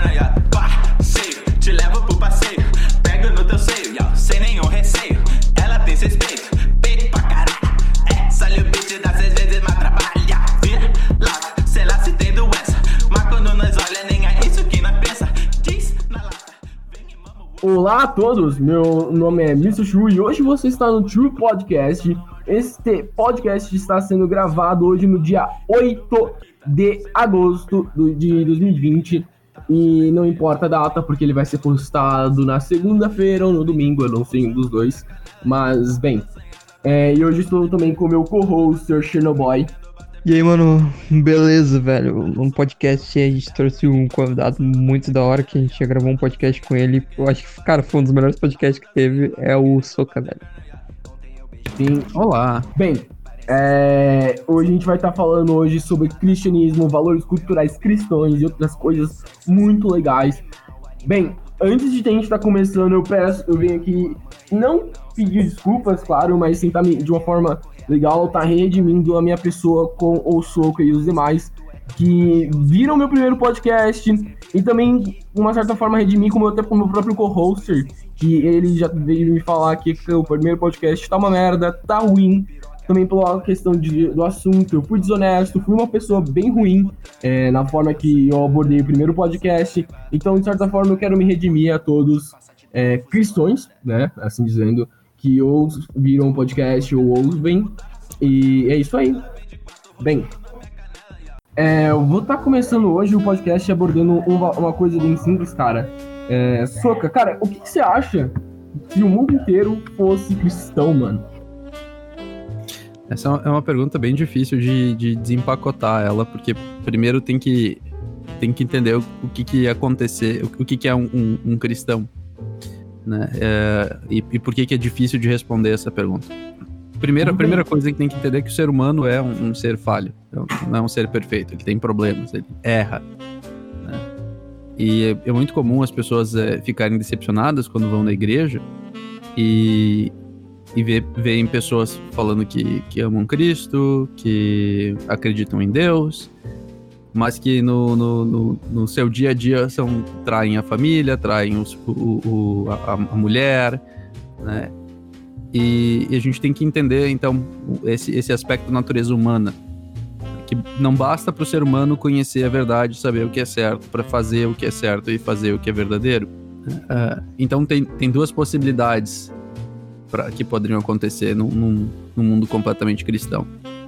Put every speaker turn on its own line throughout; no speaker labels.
grana, yeah. Parceiro, te levo pro passeio. Pego no teu seio, yeah. Sem nenhum receio. Ela tem respeito, peito pra caralho. Essa limite dá 6 vezes mais trabalho, yeah. Vira lá, sei lá se tem doença. Mas quando nós olha, nem é isso que nós pensa. Diz na lata, vem e mama.
Olá a todos, meu nome é Mr. Chu e hoje você está no True Podcast. Este podcast está sendo gravado hoje no dia 8 de agosto de 2020 e não importa a data porque ele vai ser postado na segunda-feira ou no domingo, eu não sei um dos dois, mas bem, e hoje estou também com o meu co-host, Sr. Chernobyl.
E aí, mano, beleza, velho? Um podcast, a gente trouxe um convidado muito da hora, que a gente já gravou um podcast com ele. Eu acho que, cara, foi um dos melhores podcasts que teve, é o Soca, velho.
Sim.
Olá.
Bem, hoje a gente vai estar falando hoje sobre cristianismo, valores culturais cristãos e outras coisas muito legais. Bem, antes de a gente estar começando, eu venho aqui não pedir desculpas, claro, mas tentar de uma forma legal estar redimindo a minha pessoa com o Soca e os demais que viram meu primeiro podcast e também, de uma certa forma, redimir como até com o meu próprio co-hoster, que ele já veio me falar que o primeiro podcast tá uma merda, tá ruim, também pela questão do assunto, eu fui desonesto, fui uma pessoa bem ruim na forma que eu abordei o primeiro podcast, então, de certa forma, eu quero me redimir a todos cristãos, né, assim dizendo, que ou viram o podcast ou ouvem, e é isso aí. Bem, eu vou estar começando hoje o podcast abordando uma coisa bem simples, cara. Soca, cara, o que você acha se o mundo inteiro fosse cristão, mano?
Essa é uma pergunta bem difícil de desempacotar ela, porque primeiro tem que entender o que ia acontecer, o que é um cristão, né? E por que é difícil de responder essa pergunta. A primeira coisa que tem que entender é que o ser humano é um ser falho, não é um ser perfeito, ele tem problemas, ele erra, né? E é muito comum as pessoas ficarem decepcionadas quando vão na igreja e veem pessoas falando que amam Cristo, que acreditam em Deus, mas que no seu dia a dia traem a família, traem a mulher, né? E a gente tem que entender, então, esse aspecto da natureza humana, que não basta para o ser humano conhecer a verdade, saber o que é certo, para fazer o que é certo e fazer o que é verdadeiro. Então, tem duas possibilidades que poderiam acontecer num mundo completamente cristão.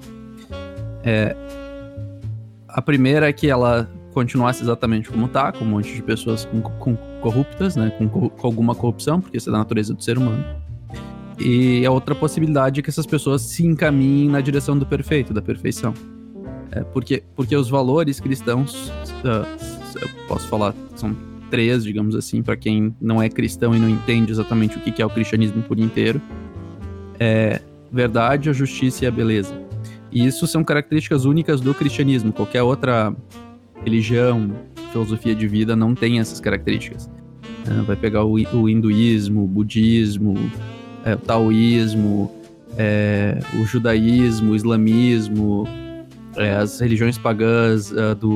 A primeira é que ela continuasse exatamente como está, com um monte de pessoas corruptas, né, com alguma corrupção, porque isso é da natureza do ser humano. E a outra possibilidade é que essas pessoas se encaminhem na direção do perfeito, da perfeição. Porque os valores cristãos, eu posso falar, são 3, digamos assim, para quem não é cristão e não entende exatamente o que é o cristianismo por inteiro. Verdade, a justiça e a beleza. E isso são características únicas do cristianismo. Qualquer outra religião, filosofia de vida não tem essas características. Vai pegar o hinduísmo, o budismo, o taoísmo, o judaísmo, o islamismo, as religiões pagãs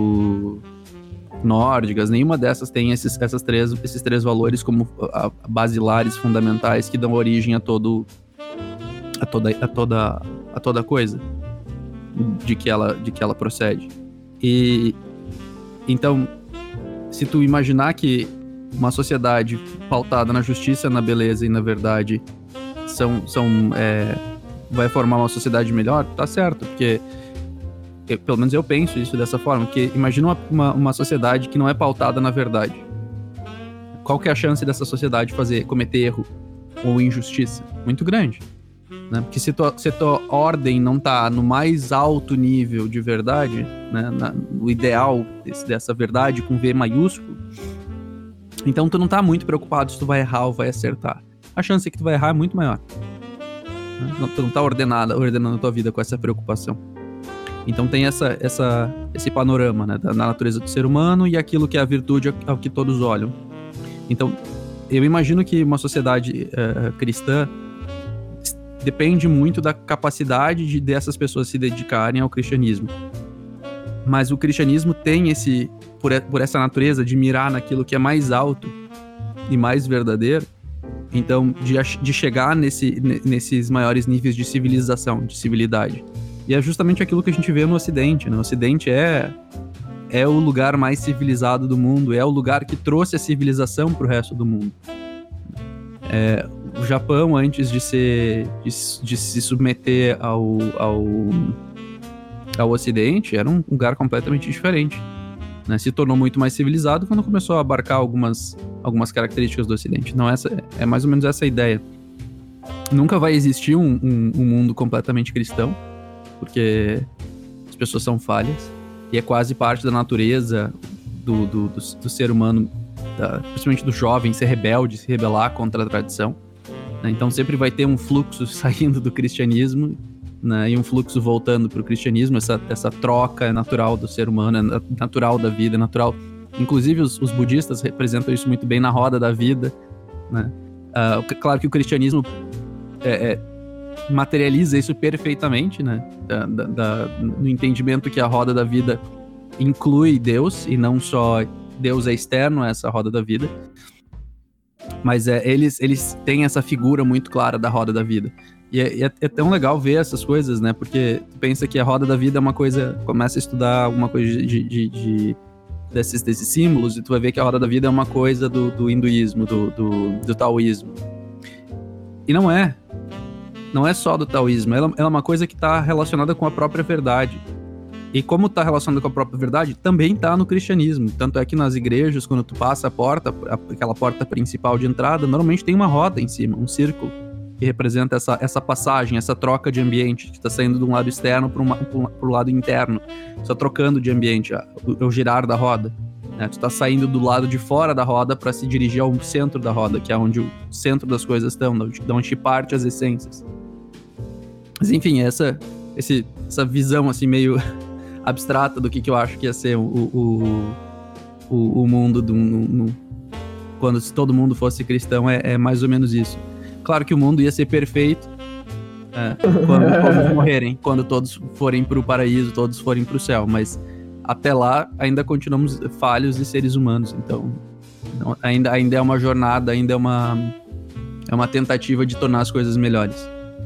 nórdicas, nenhuma dessas tem esses 3 valores como basilares fundamentais que dão origem a toda coisa de que ela procede. E então, se tu imaginar que uma sociedade pautada na justiça, na beleza e na verdade vai formar uma sociedade melhor, tá certo, porque pelo menos eu penso isso dessa forma, porque imagina uma sociedade que não é pautada na verdade. Qual que é a chance dessa sociedade cometer erro ou injustiça? Muito grande, né? Porque se tua ordem não tá no mais alto nível de verdade, né, no ideal dessa verdade com V maiúsculo, então tu não tá muito preocupado se tu vai errar ou vai acertar. A chance que tu vai errar é muito maior. Tu não tá ordenando a tua vida com essa preocupação. Então tem esse panorama, né, da natureza do ser humano e aquilo que é a virtude ao que todos olham. Então, eu imagino que uma sociedade cristã depende muito da capacidade dessas pessoas se dedicarem ao cristianismo. Mas o cristianismo tem por essa natureza de mirar naquilo que é mais alto e mais verdadeiro, então de chegar nesses maiores níveis de civilização, de civilidade. E é justamente aquilo que a gente vê no Ocidente, né? O Ocidente é o lugar mais civilizado do mundo, é o lugar que trouxe a civilização para o resto do mundo. O Japão, antes de se submeter ao Ocidente, era um lugar completamente diferente, né? Se tornou muito mais civilizado quando começou a abarcar algumas características do Ocidente. Então é mais ou menos essa a ideia. Nunca vai existir um mundo completamente cristão, porque as pessoas são falhas, e é quase parte da natureza do ser humano, principalmente do jovem, ser rebelde, se rebelar contra a tradição, né? Então sempre vai ter um fluxo saindo do cristianismo, né, e um fluxo voltando para o cristianismo. Essa troca é natural do ser humano, é natural da vida, é natural. Inclusive os budistas representam isso muito bem na roda da vida, né? Claro que o cristianismo materializa isso perfeitamente, né? No entendimento que a roda da vida inclui Deus, e não só Deus é externo a essa roda da vida. Mas eles têm essa figura muito clara da roda da vida. E é tão legal ver essas coisas, né? Porque tu pensa que a roda da vida é uma coisa... Começa a estudar alguma coisa desses símbolos, e tu vai ver que a roda da vida é uma coisa do hinduísmo, do taoísmo. E não é. Não é só do taoísmo. Ela é uma coisa que está relacionada com a própria verdade. E como está relacionada com a própria verdade, também está no cristianismo. Tanto é que nas igrejas, quando tu passa a porta, aquela porta principal de entrada, normalmente tem uma roda em cima, um círculo, que representa essa passagem, essa troca de ambiente, que está saindo de um lado externo para o lado interno. Só trocando de ambiente, o girar da roda, né? Tu está saindo do lado de fora da roda para se dirigir ao centro da roda, que é onde o centro das coisas estão, de onde parte as essências. Mas enfim, essa visão assim meio abstrata do que eu acho que ia ser o mundo quando se todo mundo fosse cristão, é mais ou menos isso. Claro que o mundo ia ser perfeito quando todos morrerem, quando todos forem pro paraíso, todos forem pro céu, mas até lá ainda continuamos falhos e seres humanos, então ainda é uma jornada, ainda é uma tentativa de tornar as coisas melhores.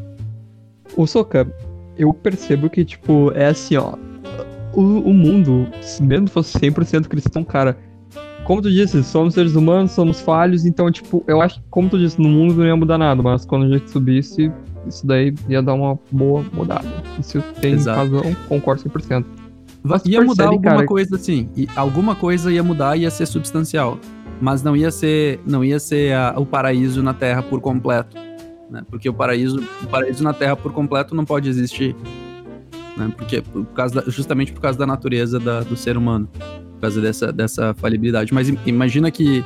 Ô Soka, eu percebo que, tipo, é assim, ó, o mundo, se mesmo fosse 100% cristão, cara, como tu disse, somos seres humanos, somos falhos, então, tipo, eu acho que, como tu disse, no mundo não ia mudar nada, mas quando a gente subisse, isso daí ia dar uma boa mudada. Isso tem razão, concordo 100%.
Ia mudar alguma coisa, assim, e alguma coisa ia mudar e ia ser substancial, mas não ia ser o paraíso na Terra por completo, né? Porque o paraíso na Terra por completo não pode existir, né? Porque justamente por causa da natureza do ser humano, por causa dessa falibilidade. Mas imagina que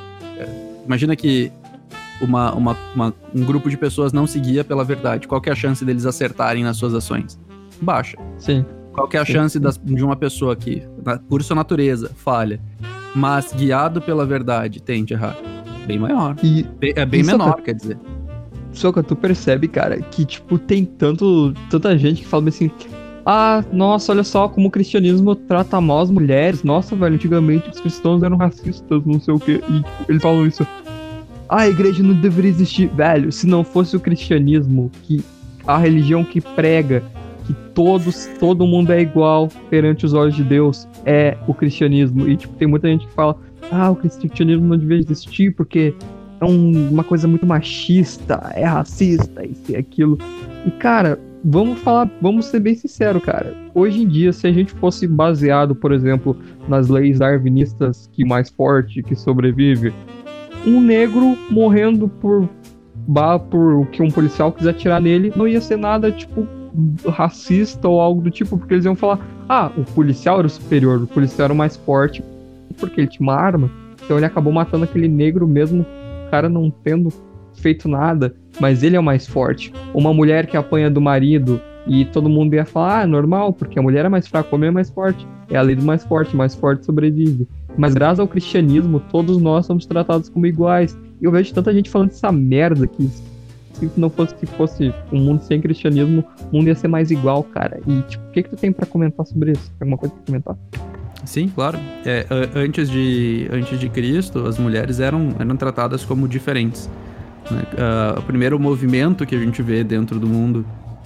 um grupo de pessoas não se guia pela verdade. Qual que é a chance deles acertarem nas suas ações? Baixa.
Sim.
Qual que é a chance de uma pessoa que, por sua natureza, falha, mas guiado pela verdade, tende a errar? Bem maior. É bem menor, quer dizer.
Só que tu percebe, cara, que, tipo, tem tanta gente que fala assim... Ah, nossa, olha só como o cristianismo trata mal as mulheres. Nossa, velho, antigamente os cristãos eram racistas, não sei o quê. E tipo, eles falam isso. Ah, a igreja não deveria existir. Velho, se não fosse o cristianismo, que a religião que prega que todo mundo é igual perante os olhos de Deus, é o cristianismo. E tipo, tem muita gente que fala, ah, o cristianismo não deveria existir porque é uma coisa muito machista, é racista, isso e aquilo. E cara... Vamos ser bem sinceros, cara. Hoje em dia, se a gente fosse baseado, por exemplo, nas leis darwinistas, que mais forte, que sobrevive, um negro morrendo por que um policial quiser atirar nele, não ia ser nada, tipo, racista ou algo do tipo, porque eles iam falar, ah, o policial era o superior, o policial era o mais forte, porque ele tinha uma arma, então ele acabou matando aquele negro mesmo, o cara não tendo feito nada, mas ele é o mais forte. Uma mulher que apanha do marido e todo mundo ia falar, ah, normal, porque a mulher é mais fraca, o homem é mais forte. É a lei do mais forte sobrevive. Mas graças ao cristianismo, todos nós somos tratados como iguais. E eu vejo tanta gente falando essa merda que se não fosse um mundo sem cristianismo, o mundo ia ser mais igual, cara. E tipo, o que tu tem pra comentar sobre isso? Tem alguma coisa pra comentar?
Sim, claro. Antes de Cristo, as mulheres eram tratadas como diferentes, né? O primeiro movimento que a gente vê dentro do mundo,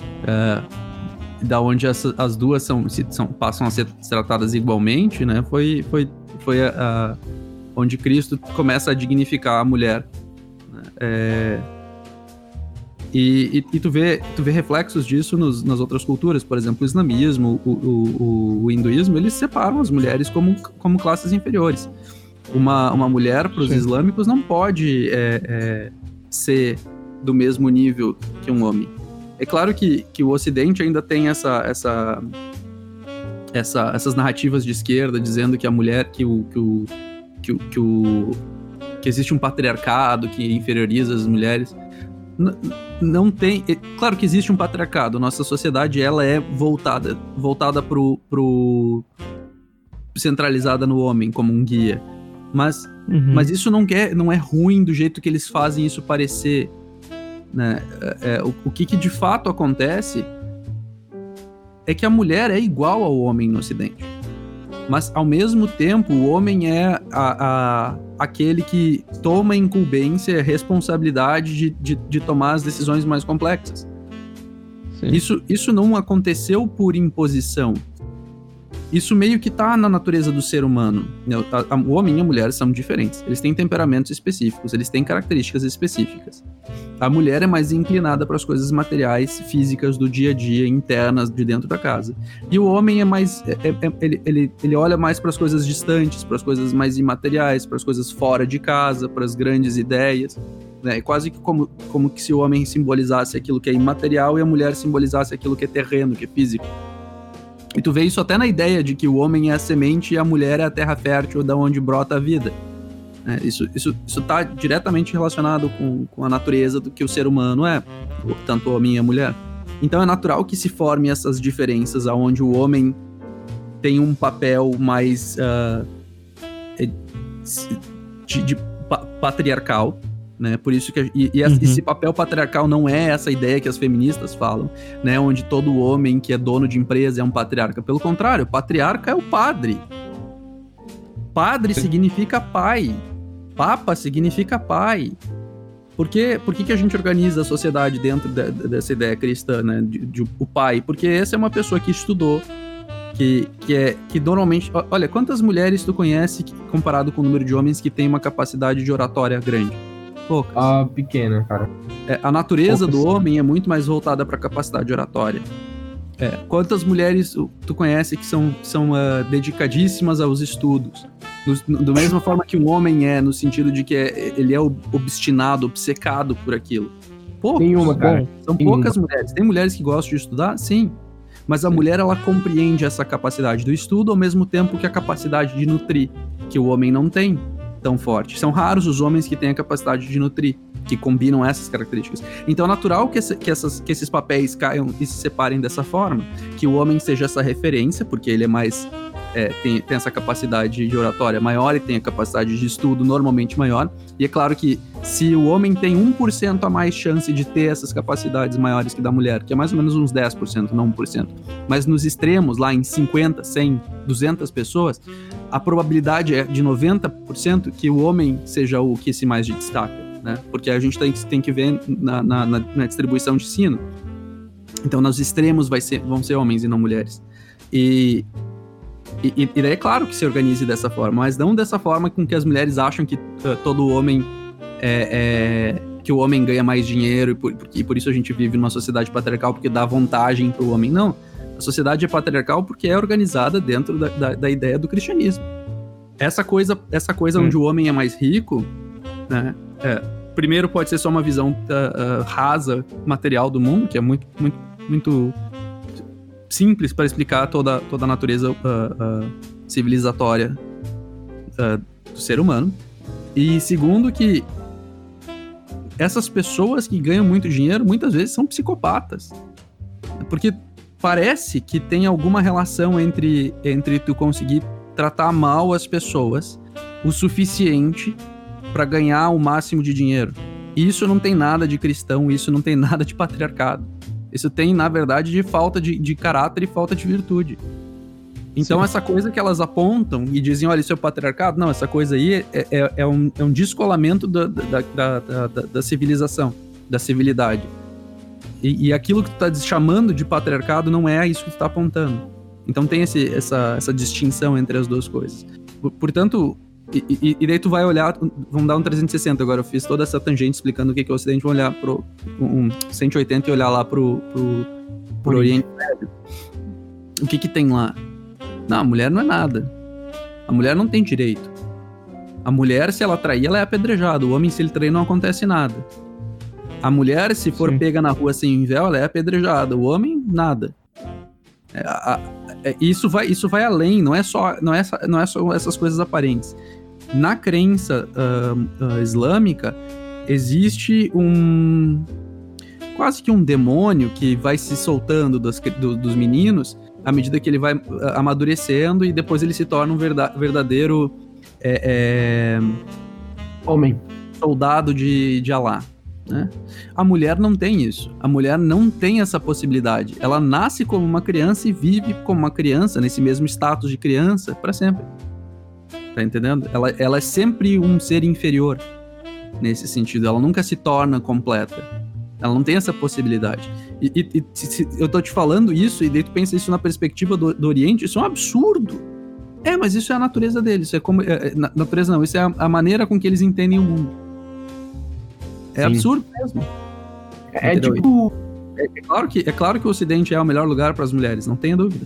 da onde as duas passam a ser tratadas igualmente, né? Foi onde Cristo começa a dignificar a mulher, né? E tu vê reflexos disso nas outras culturas. Por exemplo, o islamismo, o hinduísmo, eles separam as mulheres como classes inferiores. Uma mulher, para os islâmicos, não pode ser do mesmo nível que um homem. É claro que o Ocidente ainda tem essas narrativas de esquerda dizendo que a mulher, que existe um patriarcado que inferioriza as mulheres. Não tem... Claro que existe um patriarcado. Nossa sociedade, ela é voltada centralizada no homem como um guia. Mas isso não é ruim do jeito que eles fazem isso parecer, né? O que de fato acontece é que a mulher é igual ao homem no Ocidente. Mas, ao mesmo tempo, o homem é aquele que toma incumbência, a responsabilidade de tomar as decisões mais complexas. Isso não aconteceu por imposição. Isso meio que tá na natureza do ser humano. O homem e a mulher são diferentes. Eles têm temperamentos específicos, eles têm características específicas. A mulher é mais inclinada para as coisas materiais, físicas do dia a dia, internas, de dentro da casa. E o homem é mais... Ele olha mais para as coisas distantes, para as coisas mais imateriais, para as coisas fora de casa, para as grandes ideias, né? É quase que como que se o homem simbolizasse aquilo que é imaterial e a mulher simbolizasse aquilo que é terreno, que é físico. E tu vê isso até na ideia de que o homem é a semente e a mulher é a terra fértil da onde brota a vida. Isso tá diretamente relacionado com a natureza do que o ser humano é, tanto o homem e a mulher. Então é natural que se formem essas diferenças, onde o homem tem um papel mais patriarcal, né? Por isso que esse papel patriarcal não é essa ideia que as feministas falam, né? Onde todo homem que é dono de empresa é um patriarca. Pelo contrário, patriarca é o padre. Padre significa pai. Papa significa pai. Por que a gente organiza a sociedade dentro dessa ideia cristã, né? O pai? Porque essa é uma pessoa que estudou, que normalmente... Olha, quantas mulheres tu conhece comparado com o número de homens que tem uma capacidade de oratória grande? Poucas.
Pequena, cara.
A natureza do homem é muito mais voltada para a capacidade oratória. Quantas mulheres tu conhece que são dedicadíssimas aos estudos? Da mesma forma que um homem é, no sentido de que ele é obstinado, obcecado por aquilo. Poucos.
Nenhuma, cara.
São poucas mulheres. Tem mulheres que gostam de estudar? Sim. Mas a mulher, ela compreende essa capacidade do estudo ao mesmo tempo que a capacidade de nutrir, que o homem não tem tão forte. São raros os homens que têm a capacidade de nutrir, que combinam essas características. Então é natural que esses papéis caiam e se separem dessa forma, que o homem seja essa referência, porque ele é mais... tem essa capacidade de oratória maior e tem a capacidade de estudo normalmente maior. E é claro que se o homem tem 1% a mais chance de ter essas capacidades maiores que da mulher, que é mais ou menos uns 10%, não 1%, mas nos extremos, lá em 50, 100, 200 pessoas, a probabilidade é de 90% que o homem seja o que se mais destaca, né? Porque a gente tem que ver na distribuição de ensino. Então, nos extremos vão ser homens e não mulheres. E daí é claro que se organize dessa forma, mas não dessa forma com que as mulheres acham que todo homem que o homem ganha mais dinheiro e por isso a gente vive numa sociedade patriarcal porque dá vantagem pro homem. Não, a sociedade é patriarcal porque é organizada dentro da ideia do cristianismo. Essa coisa onde o homem é mais rico, né, primeiro pode ser só uma visão rasa, material do mundo, que é muito, muito, muito simples para explicar toda a natureza civilizatória do ser humano. E segundo, que essas pessoas que ganham muito dinheiro muitas vezes são psicopatas, porque parece que tem alguma relação entre tu conseguir tratar mal as pessoas o suficiente para ganhar o máximo de dinheiro. E isso não tem nada de cristão, isso não tem nada de patriarcado. Isso tem, na verdade, de falta de caráter e falta de virtude. Então,
Sim.
essa coisa que elas apontam e dizem, olha, isso é o patriarcado, não, essa coisa aí é um descolamento da civilização, da civilidade. E aquilo que tu tá chamando de patriarcado não é isso que tu tá apontando. Então tem essa distinção entre as duas coisas. Portanto, e daí tu vai olhar, vamos dar um 360 agora, eu fiz toda essa tangente explicando o que é o Ocidente, vamos olhar pro 180 e olhar lá pro Oriente Médio. O que tem lá? Não, a mulher não é nada. A mulher não tem direito. A mulher, se ela trair, ela é apedrejada. O homem, se ele trair, não acontece nada. A mulher, se for pega na rua sem véu, ela é apedrejada. O homem, nada. Isso vai além, não é só essas coisas aparentes. Na crença islâmica, existe quase que um demônio que vai se soltando dos meninos à medida que ele vai amadurecendo e depois ele se torna um verdadeiro
Homem.
soldado de Alá, né? A mulher não tem isso. A mulher não tem essa possibilidade. Ela nasce como uma criança e vive como uma criança, nesse mesmo status de criança, para sempre. Tá entendendo? Ela é sempre um ser inferior nesse sentido. Ela nunca se torna completa. Ela não tem essa possibilidade. E se eu tô te falando isso, e daí tu pensa isso na perspectiva do Oriente, isso é um absurdo. Mas isso é a natureza deles. Isso é como... natureza não, isso é a maneira com que eles entendem o mundo. É absurdo mesmo.
Tipo...
É claro que o Ocidente é o melhor lugar para as mulheres, não tenha dúvida.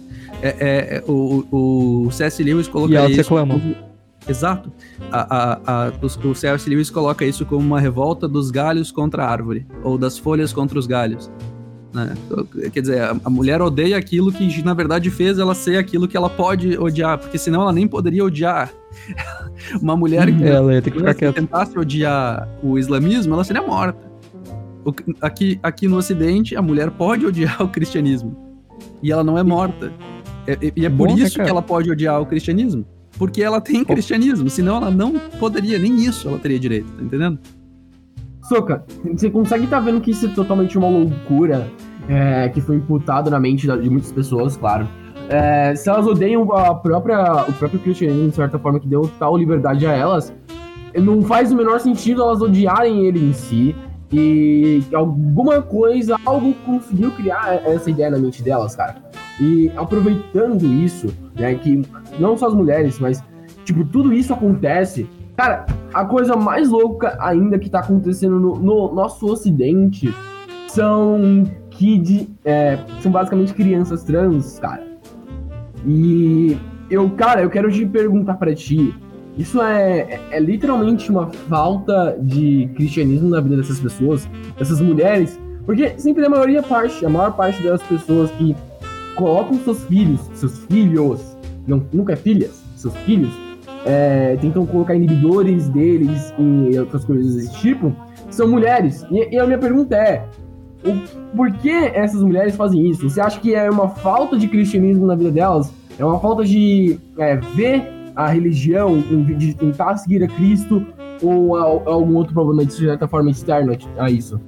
O C.S. Lewis coloca isso...
E elas reclamam.
Exato. O C.S. Lewis coloca isso como uma revolta dos galhos contra a árvore, ou das folhas contra os galhos. Né? Quer dizer, a mulher odeia aquilo que, na verdade, fez ela ser aquilo que ela pode odiar, porque senão ela nem poderia odiar. Uma mulher que
ela ia ter que ficar quieta.
tentasse odiar o islamismo, ela seria morta. Aqui no Ocidente, a mulher pode odiar o cristianismo, e ela não é morta. E é por isso que ela pode odiar o cristianismo. Porque ela tem cristianismo, senão ela não poderia, nem isso ela teria direito, tá entendendo?
Soca, você consegue estar vendo que isso é totalmente uma loucura que foi imputado na mente de muitas pessoas, claro. Se elas odeiam o próprio cristianismo, de certa forma, que deu tal liberdade a elas, não faz o menor sentido elas odiarem ele em si, e alguma coisa, algo conseguiu criar essa ideia na mente delas, cara. E aproveitando isso, né, que não só as mulheres, mas, tipo, tudo isso acontece. Cara, a coisa mais louca ainda que tá acontecendo no nosso Ocidente são são basicamente crianças trans, cara. E eu quero te perguntar pra ti, isso é literalmente uma falta de cristianismo na vida dessas pessoas, dessas mulheres? Porque sempre a maior parte das pessoas que colocam seus filhos, nunca é filhas, seus filhos, tentam colocar inibidores deles e outras coisas desse tipo, são mulheres. E a minha pergunta é, por que essas mulheres fazem isso? Você acha que é uma falta de cristianismo na vida delas? É uma falta de ver a religião, de tentar seguir a Cristo, ou algum outro problema de certa forma externo a isso?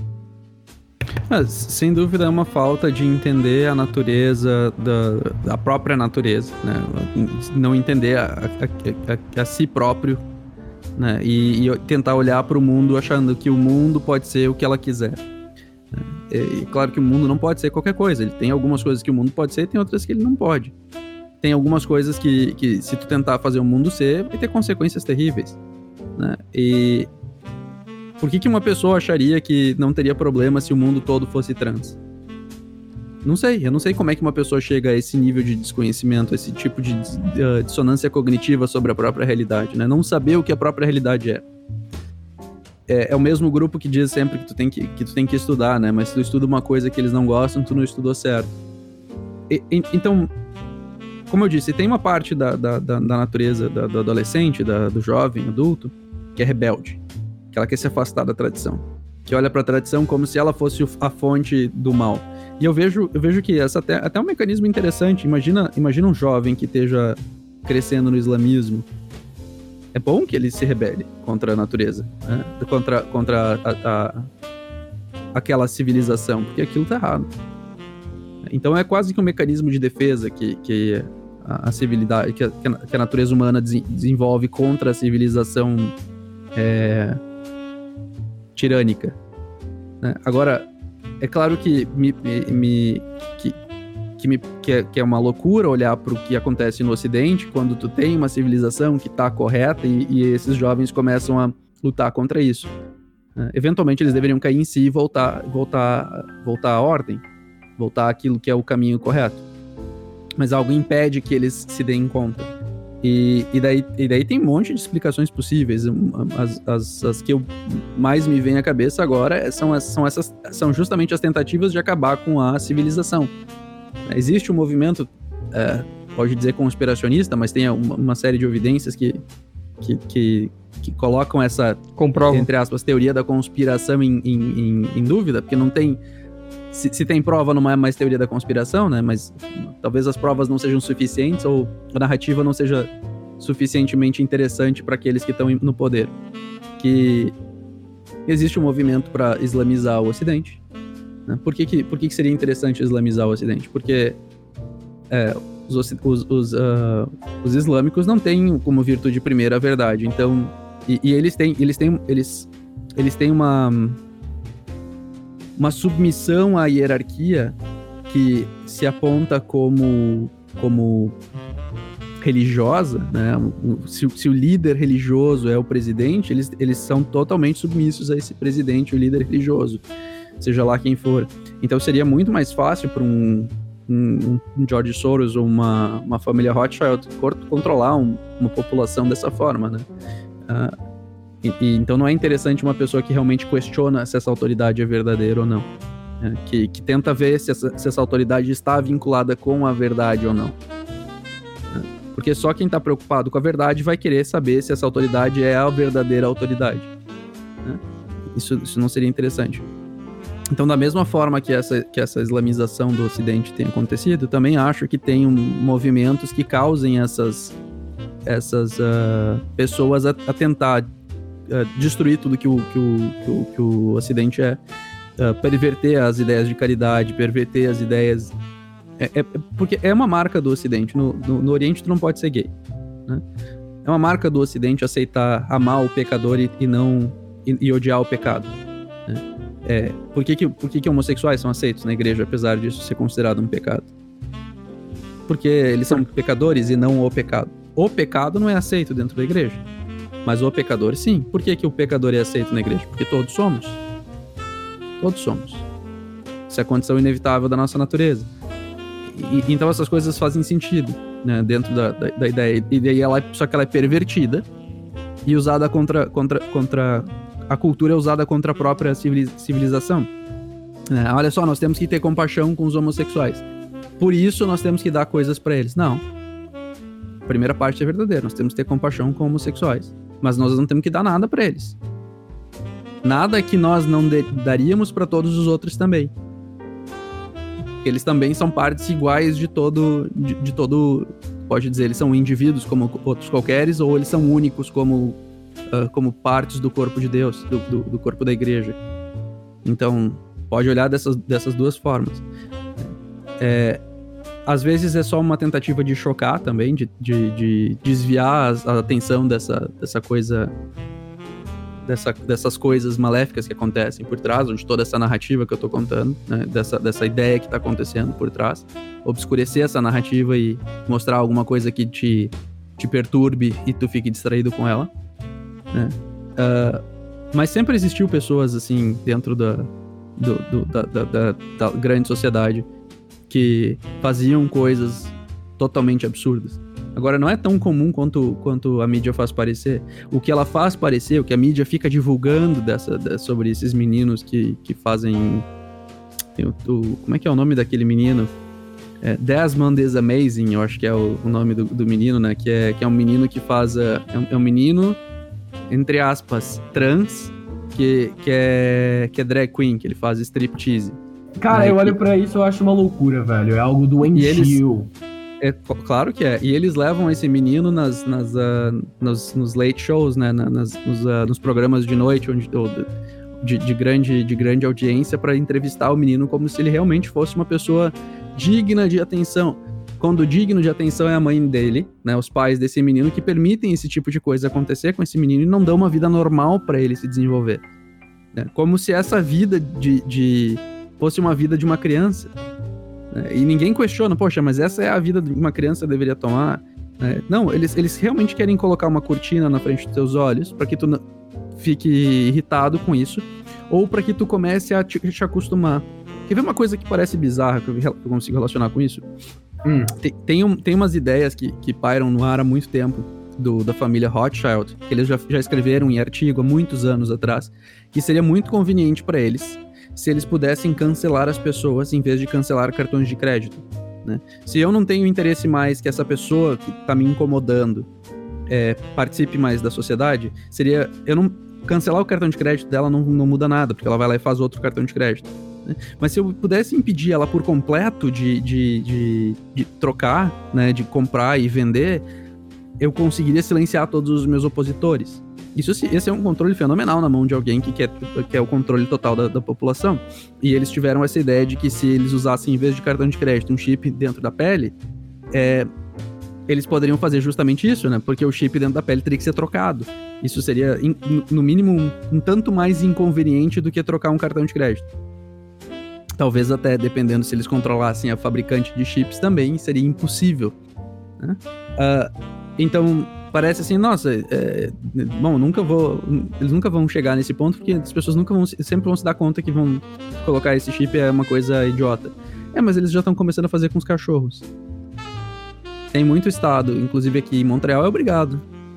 Sem dúvida é uma falta de entender a natureza, da própria natureza, né? Não entender a si próprio, né? E tentar olhar para o mundo achando que o mundo pode ser o que ela quiser. E claro que o mundo não pode ser qualquer coisa. Ele tem algumas coisas que o mundo pode ser e tem outras que ele não pode. Tem algumas coisas que se tu tentar fazer o mundo ser, vai ter consequências terríveis, né? E por que uma pessoa acharia que não teria problema se o mundo todo fosse trans? Não sei, eu não sei como é que uma pessoa chega a esse nível de desconhecimento, esse tipo de dissonância cognitiva sobre a própria realidade, né? Não saber o que a própria realidade é. É o mesmo grupo que diz sempre que tu tem que estudar, né? Mas se tu estuda uma coisa que eles não gostam, tu não estudou certo. Então, como eu disse, tem uma parte da natureza do adolescente, do jovem, adulto, que é rebelde. Que ela quer se afastar da tradição, que olha para a tradição como se ela fosse a fonte do mal. E eu vejo que essa até é um mecanismo interessante. Imagina um jovem que esteja crescendo no islamismo. É bom que ele se rebele contra a natureza, né? Contra aquela civilização, porque aquilo tá errado. Então é quase que um mecanismo de defesa que a civilidade, que a natureza humana desenvolve contra a civilização tirânica, né? Agora, é claro que é uma loucura olhar para o que acontece no Ocidente quando tu tem uma civilização que está correta e esses jovens começam a lutar contra isso. Eventualmente eles deveriam cair em si e voltar à ordem, voltar àquilo que é o caminho correto. Mas algo impede que eles se deem conta. E daí tem um monte de explicações possíveis. As que mais me vêm à cabeça agora são justamente as tentativas de acabar com a civilização. Existe um movimento, pode dizer conspiracionista, mas tem uma série de evidências que colocam essa,
comprovam,
entre aspas, teoria da conspiração em dúvida, porque não tem... Se tem prova, não é mais teoria da conspiração, né? Mas talvez as provas não sejam suficientes ou a narrativa não seja suficientemente interessante para aqueles que estão no poder. Que existe um movimento para islamizar o Ocidente. Né? Por que seria interessante islamizar o Ocidente? Porque os islâmicos não têm como virtude primeira a verdade. Então, e eles têm uma submissão à hierarquia que se aponta como religiosa, né? Se o líder religioso é o presidente, eles são totalmente submissos a esse presidente, o líder religioso, seja lá quem for. Então seria muito mais fácil para um George Soros ou uma família Rothschild controlar uma população dessa forma, né? Então não é interessante uma pessoa que realmente questiona se essa autoridade é verdadeira ou não. Que tenta ver se essa autoridade está vinculada com a verdade ou não. Porque só quem está preocupado com a verdade vai querer saber se essa autoridade é a verdadeira autoridade. Isso não seria interessante. Então, da mesma forma que essa islamização do Ocidente tem acontecido, também acho que tem movimentos que causem essas pessoas a tentar destruir tudo que o Ocidente perverter as ideias de caridade, perverter as ideias... porque é uma marca do Ocidente. No Oriente tu não pode ser gay, né? É uma marca do Ocidente amar o pecador e odiar o pecado, né? Por que homossexuais são aceitos na igreja, apesar disso ser considerado um pecado? Porque eles são pecadores e não o pecado. O pecado não é aceito dentro da igreja, mas o pecador sim. Por que o pecador é aceito na igreja? Porque todos somos. Todos somos. Isso é a condição inevitável da nossa natureza. Então essas coisas fazem sentido, né, dentro da ideia. E daí só que ela é pervertida e usada contra a cultura, é usada contra a própria civilização. Olha só, nós temos que ter compaixão com os homossexuais. Por isso nós temos que dar coisas para eles. Não. A primeira parte é verdadeira. Nós temos que ter compaixão com homossexuais. Mas nós não temos que dar nada para eles. Nada que nós não daríamos para todos os outros também. Eles também são partes iguais de todo, pode dizer, eles são indivíduos como outros qualqueres, ou eles são únicos como partes do corpo de Deus, do corpo da igreja. Então, pode olhar dessas duas formas. Às vezes é só uma tentativa de chocar também, de desviar a atenção dessa coisa... Dessas coisas maléficas que acontecem por trás, de toda essa narrativa que eu tô contando, né? Dessa ideia que tá acontecendo por trás, obscurecer essa narrativa e mostrar alguma coisa que te perturbe e tu fique distraído com ela, né? Mas sempre existiu pessoas assim dentro da grande sociedade que faziam coisas totalmente absurdas. Agora, não é tão comum quanto a mídia faz parecer. O que ela faz parecer, o que a mídia fica divulgando sobre esses meninos que fazem... como é que é o nome daquele menino? Desmond is Amazing, eu acho que é o nome do menino, né? Que é um menino que faz... É um menino, entre aspas, trans, que é drag queen, que ele faz striptease.
Cara, eu olho pra isso e eu acho uma loucura, velho. É algo doentio.
Claro que é. E eles levam esse menino nos late shows, né? Nos programas de noite, de grande audiência, para entrevistar o menino como se ele realmente fosse uma pessoa digna de atenção. quando digno de atenção é a mãe dele, né, os pais desse menino, que permitem esse tipo de coisa acontecer com esse menino e não dão uma vida normal para ele se desenvolver. Né? Como se essa vida fosse uma vida de uma criança. Né? E ninguém questiona, poxa, mas essa é a vida que uma criança deveria tomar. Né? Não, eles realmente querem colocar uma cortina na frente dos teus olhos para que tu fique irritado com isso, ou para que tu comece a te acostumar. Quer ver uma coisa que parece bizarra, que eu consigo relacionar com isso? Tem umas ideias que pairam no ar há muito tempo, da família Rothschild, que eles já escreveram em artigo há muitos anos atrás, que seria muito conveniente para eles se eles pudessem cancelar as pessoas em vez de cancelar cartões de crédito. Né? Se eu não tenho interesse mais que essa pessoa que está me incomodando participe mais da sociedade, seria... Cancelar o cartão de crédito dela não muda nada, porque ela vai lá e faz outro cartão de crédito. Né? Mas se eu pudesse impedir ela por completo de trocar, né, de comprar e vender, eu conseguiria silenciar todos os meus opositores. Esse é um controle fenomenal na mão de alguém que quer o controle total da população. E eles tiveram essa ideia de que se eles usassem, em vez de cartão de crédito, um chip dentro da pele, eles poderiam fazer justamente isso, né? Porque o chip dentro da pele teria que ser trocado. Isso seria, no mínimo, um tanto mais inconveniente do que trocar um cartão de crédito. Talvez até, dependendo se eles controlassem a fabricante de chips também, seria impossível. Né? Então, parece assim, nossa, bom, eles nunca vão chegar nesse ponto, porque as pessoas sempre vão se dar conta que vão colocar esse chip é uma coisa idiota. Mas eles já estão começando a fazer com os cachorros. Tem muito estado, inclusive aqui em Montreal é obrigado.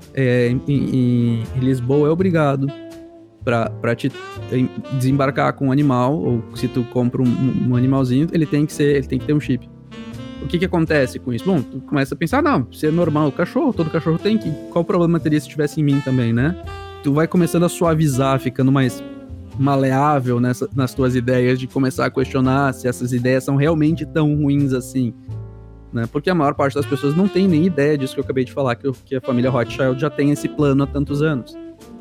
Em Lisboa é obrigado pra te desembarcar com um animal, ou se tu compra um animalzinho, ele tem que ter um chip. O que acontece com isso? Bom, tu começa a pensar, não, se é normal, todo cachorro tem, qual o problema teria se tivesse em mim também, né? Tu vai começando a suavizar, ficando mais maleável nas tuas ideias, de começar a questionar se essas ideias são realmente tão ruins assim. Né? Porque a maior parte das pessoas não tem nem ideia disso que eu acabei de falar, que a família Rothschild já tem esse plano há tantos anos.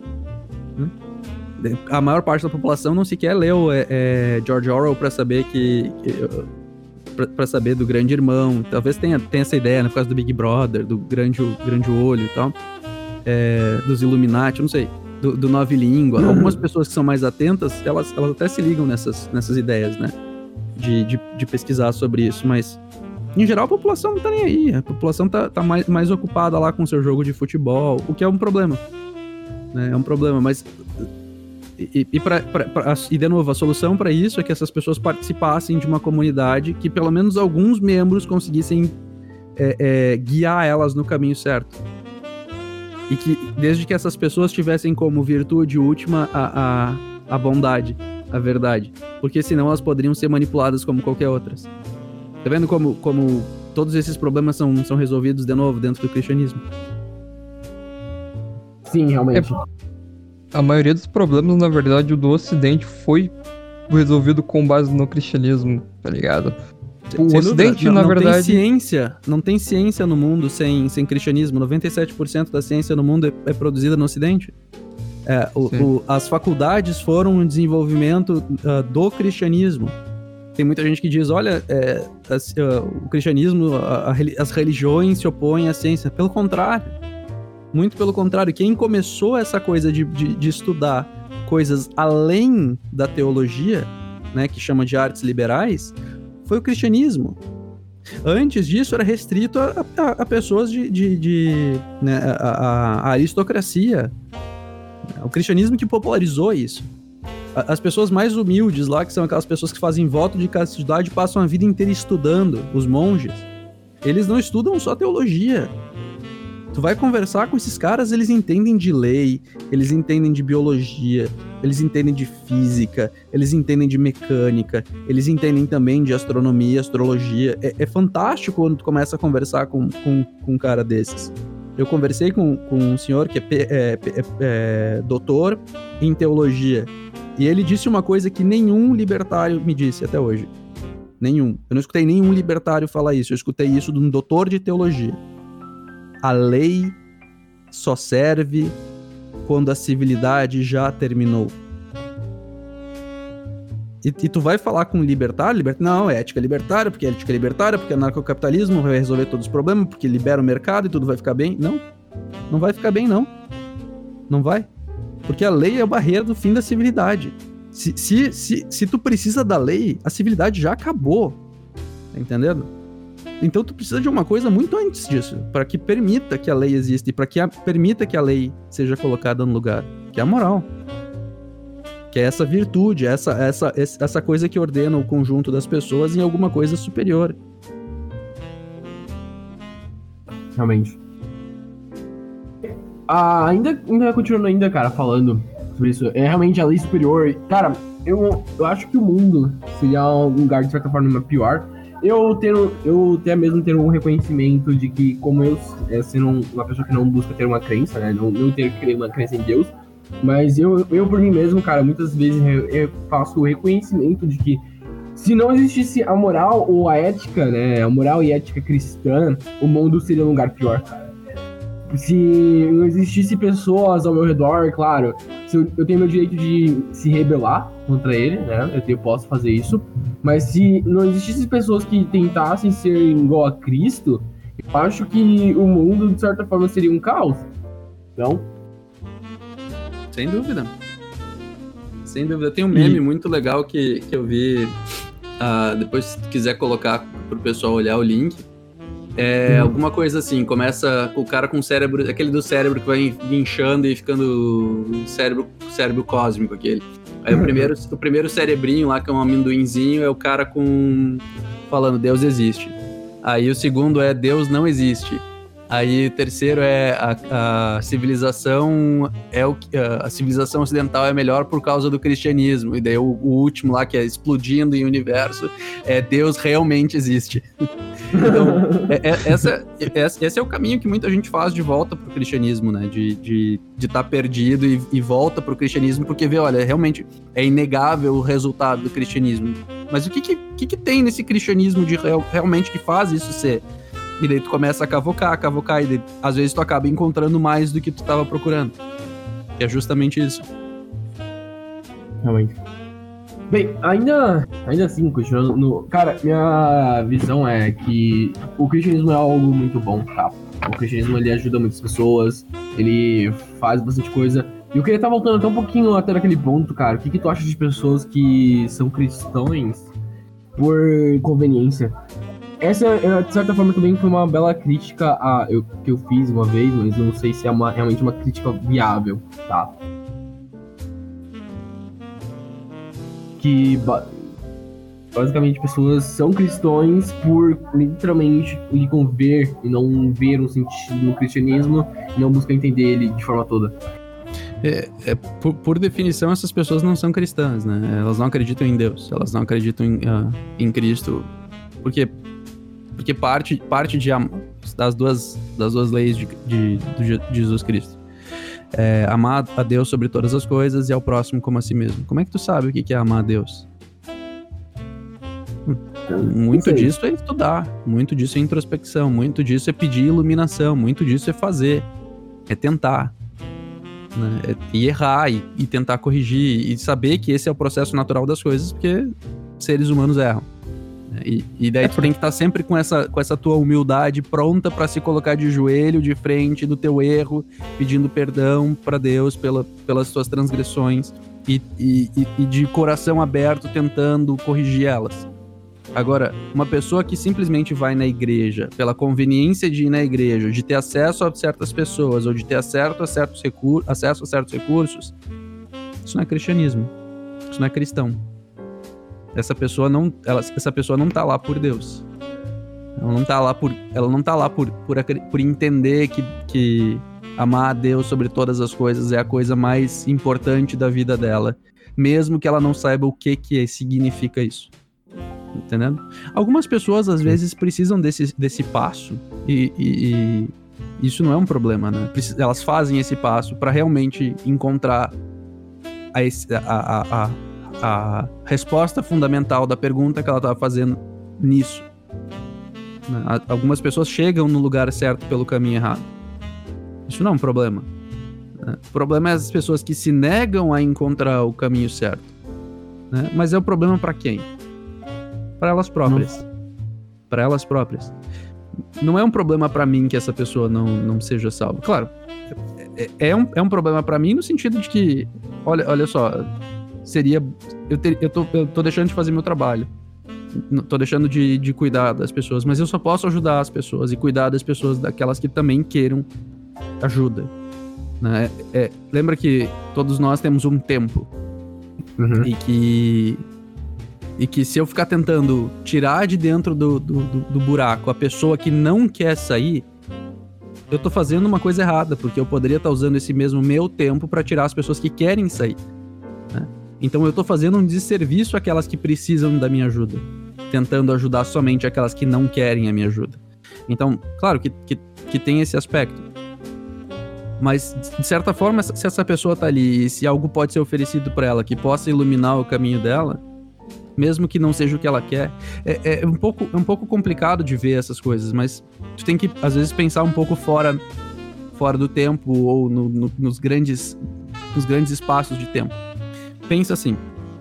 Né? A maior parte da população não sequer leu George Orwell para saber para saber do Grande Irmão. Talvez tenha essa ideia, né, por causa do Big Brother, do grande Olho e tal, dos Illuminati, eu não sei, do Nove Língua. Algumas pessoas que são mais atentas, elas até se ligam nessas ideias, né, de pesquisar sobre isso, mas em geral, a população não tá nem aí. A população tá mais ocupada lá com o seu jogo de futebol, o que é um problema. Né? É um problema, mas... E de novo, a solução para isso é que essas pessoas participassem de uma comunidade que pelo menos alguns membros conseguissem guiar elas no caminho certo. E que, desde que essas pessoas tivessem como virtude última a bondade, a verdade. Porque senão elas poderiam ser manipuladas como qualquer outras. Tá vendo como todos esses problemas são resolvidos de novo dentro do cristianismo?
Sim, realmente.
A maioria dos problemas, na verdade, do Ocidente foi resolvido com base no cristianismo, tá ligado? O Ocidente, na verdade...
Não tem ciência no mundo sem cristianismo. 97% da ciência no mundo é produzida no Ocidente. As faculdades foram um desenvolvimento do cristianismo. Tem muita gente que diz, olha, o cristianismo, as religiões se opõem à ciência. Pelo contrário. Muito pelo contrário. Quem começou essa coisa de estudar coisas além da teologia, né, que chama de artes liberais, foi o cristianismo. Antes disso, era restrito a pessoas né, a aristocracia. O cristianismo que popularizou isso. As pessoas mais humildes lá, que são aquelas pessoas que fazem voto de castidade, passam a vida inteira estudando, os monges. Eles não estudam só teologia. Tu vai conversar com esses caras, eles entendem de lei, eles entendem de biologia, eles entendem de física, eles entendem de mecânica, eles entendem também de astronomia, astrologia. É fantástico quando tu começa a conversar com um cara desses. Eu conversei com um senhor que é doutor em teologia. E ele disse uma coisa que nenhum libertário me disse até hoje. Nenhum. Eu não escutei nenhum libertário falar isso. Eu escutei isso de um doutor de teologia. A lei só serve quando a civilidade já terminou. E tu vai falar com libertário, não, é ética libertária, porque é ética libertária, porque anarcocapitalismo vai resolver todos os problemas, porque libera o mercado e tudo vai ficar bem. Não vai ficar bem, não. Não vai. Porque a lei é a barreira do fim da civilidade. Se tu precisa da lei, a civilidade já acabou. Tá entendendo? Então tu precisa de uma coisa muito antes disso, para que permita que a lei exista e para que permita que a lei seja colocada no lugar, que é a moral. Que é essa virtude, essa coisa que ordena o conjunto das pessoas em alguma coisa superior.
Realmente. Ainda continuando ainda, cara, falando sobre isso, é realmente a lei superior. Cara, eu acho que o mundo seria um lugar, de certa forma, pior. Eu até mesmo ter um reconhecimento de que, como eu sendo uma pessoa que não busca ter uma crença, né, não ter uma crença em Deus, mas eu por mim mesmo, cara, muitas vezes eu faço o reconhecimento de que se não existisse a moral ou a ética, né, a moral e ética cristã, o mundo seria um lugar pior, cara. Se não existisse pessoas ao meu redor, claro, eu tenho meu direito de se rebelar contra ele, né, eu posso fazer isso, mas se não existisse pessoas que tentassem ser igual a Cristo, eu acho que o mundo, de certa forma, seria um caos. Então...
Sem dúvida. Sem dúvida. Tem um meme muito legal que eu vi. Depois, se tu quiser colocar pro pessoal olhar o link. Alguma coisa assim. Começa o cara com o cérebro. Aquele do cérebro que vai inchando e ficando cérebro cósmico, aquele. Aí o primeiro cerebrinho lá, que é um amendoinzinho, é o cara falando Deus existe. Aí o segundo é Deus não existe. Aí o terceiro é a civilização a civilização ocidental é melhor por causa do cristianismo. E daí o último lá, que é explodindo em universo, é Deus realmente existe. Então, esse é o caminho que muita gente faz de volta pro cristianismo, né? De estar perdido e volta pro cristianismo, porque vê, olha, realmente é inegável o resultado do cristianismo. Mas o que tem nesse cristianismo de realmente que faz isso ser? E daí tu começa a cavocar, e daí, às vezes tu acaba encontrando mais do que tu tava procurando. Que é justamente isso.
Realmente. Bem, ainda assim, continuando cara, minha visão é que o cristianismo é algo muito bom, tá? O cristianismo, ele ajuda muitas pessoas, ele faz bastante coisa. E eu queria estar voltando até um pouquinho até naquele ponto, cara. O que tu acha de pessoas que são cristãos por conveniência? Essa, de certa forma, também foi uma bela crítica que eu fiz uma vez, mas não sei se é realmente uma crítica viável, tá? Que basicamente pessoas são cristãos por literalmente conviver e não ver um sentido no cristianismo e não buscar entender ele de forma toda.
Por definição, essas pessoas não são cristãs, né? Elas não acreditam em Deus, elas não acreditam em Cristo, porque parte das duas leis de Jesus Cristo. Amar a Deus sobre todas as coisas e ao próximo como a si mesmo. Como é que tu sabe o que é amar a Deus? Muito disso é estudar, muito disso é introspecção, muito disso é pedir iluminação, muito disso é fazer, é tentar, né? E errar e tentar corrigir e saber que esse é o processo natural das coisas, porque seres humanos erram. E daí tu tem que estar sempre com essa tua humildade pronta pra se colocar de joelho, de frente do teu erro, pedindo perdão pra Deus pelas tuas transgressões e de coração aberto tentando corrigir elas. Agora, uma pessoa que simplesmente vai na igreja pela conveniência de ir na igreja, de ter acesso a certas pessoas ou de ter acesso a certos recursos, isso não é cristianismo, isso não é cristão. Essa pessoa não tá lá por Deus. Ela não tá lá por entender que amar a Deus sobre todas as coisas é a coisa mais importante da vida dela, mesmo que ela não saiba o que significa isso. Entendendo? Algumas pessoas às vezes precisam desse passo e isso não é um problema, né? Elas fazem esse passo para realmente encontrar a resposta fundamental da pergunta que ela estava fazendo nisso. Algumas pessoas chegam no lugar certo pelo caminho errado. Isso não é um problema. O problema é as pessoas que se negam a encontrar o caminho certo. né? Mas é o problema pra quem? Pra elas próprias. Pra elas próprias. Não é um problema pra mim que essa pessoa não seja salva. Claro, é um problema pra mim no sentido de que, olha só, seria... Eu tô deixando de fazer meu trabalho. Tô deixando de cuidar das pessoas, mas eu só posso ajudar as pessoas e cuidar das pessoas, daquelas que também queiram ajuda, né? Lembra que todos nós temos um tempo. E que se eu ficar tentando tirar de dentro do buraco a pessoa que não quer sair, eu tô fazendo uma coisa errada, porque eu poderia estar usando esse mesmo meu tempo para tirar as pessoas que querem sair, né? Então eu tô fazendo um desserviço àquelas que precisam da minha ajuda, tentando ajudar somente aquelas que não querem a minha ajuda. Então, claro que tem esse aspecto. Mas, de certa forma, se essa pessoa tá ali e se algo pode ser oferecido para ela que possa iluminar o caminho dela, mesmo que não seja o que ela quer, é um pouco complicado de ver essas coisas, mas tu tem que, às vezes, pensar um pouco fora do tempo ou nos grandes espaços de tempo. Pensa assim,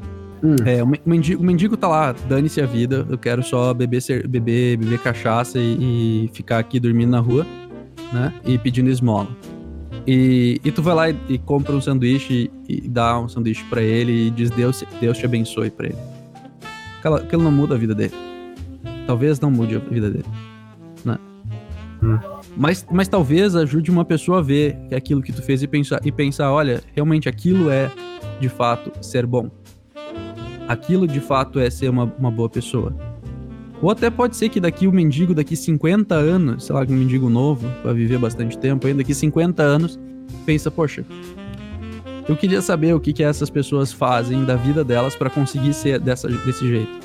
o mendigo tá lá, dane-se a vida, eu quero só beber cachaça e ficar aqui dormindo na rua, né, e pedindo esmola. E tu vai lá e compra um sanduíche e dá um sanduíche pra ele e diz Deus te abençoe pra ele. Aquilo não muda a vida dele. Talvez não mude a vida dele, né? Mas talvez ajude uma pessoa a ver que aquilo que tu fez e pensar, olha, realmente aquilo é de fato ser bom. Aquilo de fato é ser uma boa pessoa. Ou até pode ser que daqui 50 anos, sei lá, um mendigo novo, vai viver bastante tempo, ainda daqui 50 anos, pensa, poxa, eu queria saber o que essas pessoas fazem da vida delas pra conseguir ser desse jeito.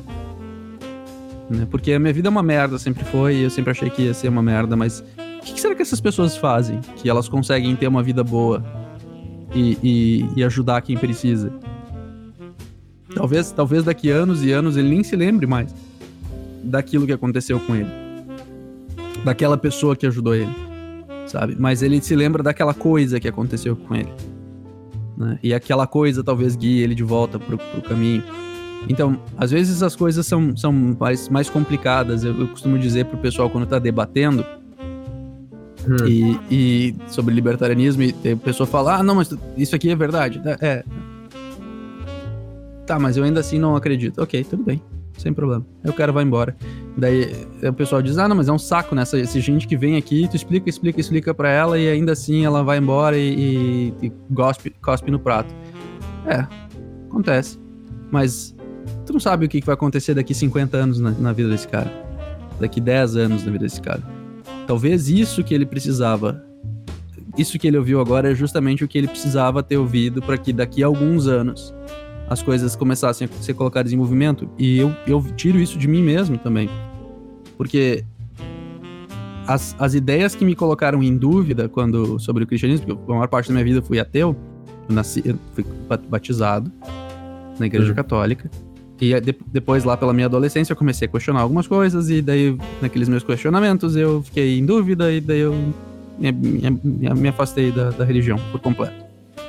Né? Porque a minha vida é uma merda, sempre foi, e eu sempre achei que ia ser uma merda, mas o que será que essas pessoas fazem? Que elas conseguem ter uma vida boa e ajudar quem precisa? Talvez daqui anos e anos ele nem se lembre mais daquilo que aconteceu com ele, daquela pessoa que ajudou ele, sabe? Mas ele se lembra daquela coisa que aconteceu com ele, né? E aquela coisa talvez guie ele de volta pro caminho. Então, às vezes as coisas são mais complicadas. Eu costumo dizer pro pessoal quando tá debatendo e sobre libertarianismo, e a pessoa fala, não, mas isso aqui é verdade. Tá, mas eu ainda assim não acredito. Ok, tudo bem, sem problema. Aí o cara vai embora. Daí o pessoal diz, não, mas é um saco, né? Essa gente que vem aqui, tu explica pra ela e ainda assim ela vai embora e cospe no prato. Acontece. Mas tu não sabe o que vai acontecer daqui 50 anos na vida desse cara. Daqui 10 anos na vida desse cara. Talvez isso que ele precisava, isso que ele ouviu agora é justamente o que ele precisava ter ouvido para que daqui a alguns anos as coisas começassem a ser colocadas em movimento. E eu tiro isso de mim mesmo também. Porque as ideias que me colocaram em dúvida sobre o cristianismo, porque a maior parte da minha vida eu fui ateu, eu fui batizado na igreja católica, e depois lá pela minha adolescência eu comecei a questionar algumas coisas, e daí naqueles meus questionamentos eu fiquei em dúvida, e daí eu me afastei da religião por completo.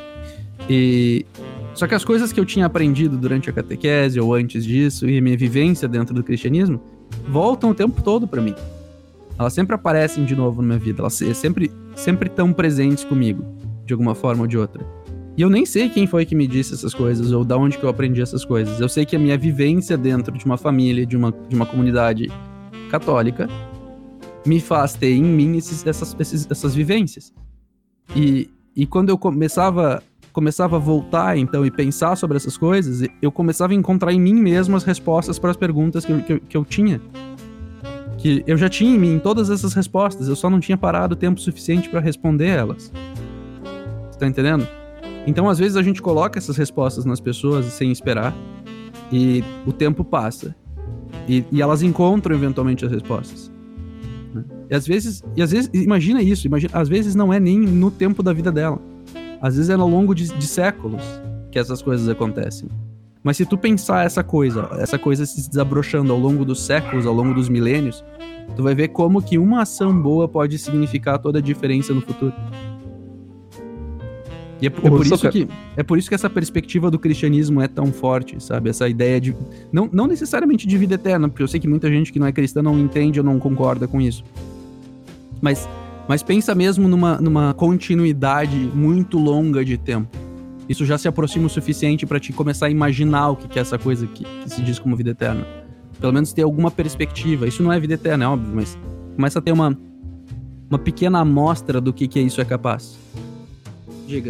Só que as coisas que eu tinha aprendido durante a catequese ou antes disso, e a minha vivência dentro do cristianismo, voltam o tempo todo pra mim. Elas sempre aparecem de novo na minha vida, elas sempre estão presentes comigo, de alguma forma ou de outra. E eu nem sei quem foi que me disse essas coisas, ou da onde que eu aprendi essas coisas. Eu sei que a minha vivência dentro de uma família, de uma comunidade católica, me faz ter em mim essas vivências. E quando eu começava a voltar, então, e pensar sobre essas coisas, eu começava a encontrar em mim mesmo as respostas para as perguntas que eu tinha. Que eu já tinha em mim todas essas respostas, eu só não tinha parado o tempo suficiente para responder elas. Você tá entendendo? Então, às vezes, a gente coloca essas respostas nas pessoas sem esperar, e o tempo passa. E elas encontram, eventualmente, as respostas. Né? E às vezes, imagina isso, às vezes não é nem no tempo da vida dela. Às vezes é ao longo de séculos que essas coisas acontecem. Mas se tu pensar essa coisa se desabrochando ao longo dos séculos, ao longo dos milênios, tu vai ver como que uma ação boa pode significar toda a diferença no futuro. E é por isso que essa perspectiva do cristianismo é tão forte, sabe? Essa ideia de... Não necessariamente de vida eterna, porque eu sei que muita gente que não é cristã não entende ou não concorda com isso. Mas pensa mesmo numa continuidade muito longa de tempo. Isso já se aproxima o suficiente pra te começar a imaginar o que é essa coisa que se diz como vida eterna. Pelo menos ter alguma perspectiva. Isso não é vida eterna, é óbvio, mas começa a ter uma pequena amostra do que isso é capaz. Diga.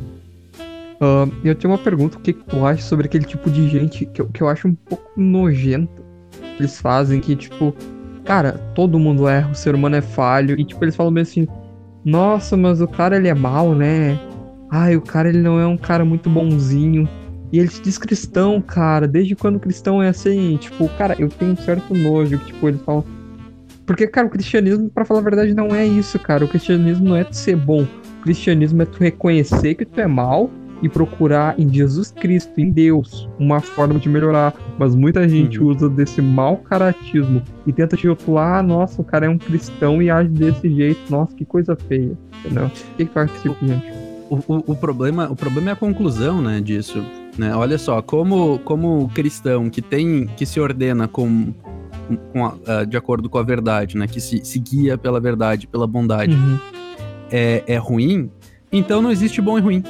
Eu tenho uma pergunta, o que tu acha sobre aquele tipo de gente que eu acho um pouco nojento que eles fazem, que tipo, cara, todo mundo erra, o ser humano é falho, e tipo, eles falam bem assim, nossa, mas o cara ele é mau, né? Ai, o cara ele não é um cara muito bonzinho. E ele se diz cristão, cara, desde quando o cristão é assim, tipo, cara, eu tenho um certo nojo, que tipo, eles falam... Porque, cara, o cristianismo, pra falar a verdade, não é isso, cara, o cristianismo não é tu ser bom. O cristianismo é tu reconhecer que tu é mal e procurar em Jesus Cristo, em Deus, uma forma de melhorar. Mas muita gente usa desse mau caratismo e tenta te rotular, nossa, o cara é um cristão e age desse jeito, nossa, que coisa feia, entendeu? O que tu acha desse tipo de gente?
O problema é a conclusão, né, disso, né? Olha só, como cristão que se ordena de acordo com a verdade, né, que se guia pela verdade, pela bondade, é ruim, então não existe bom e ruim.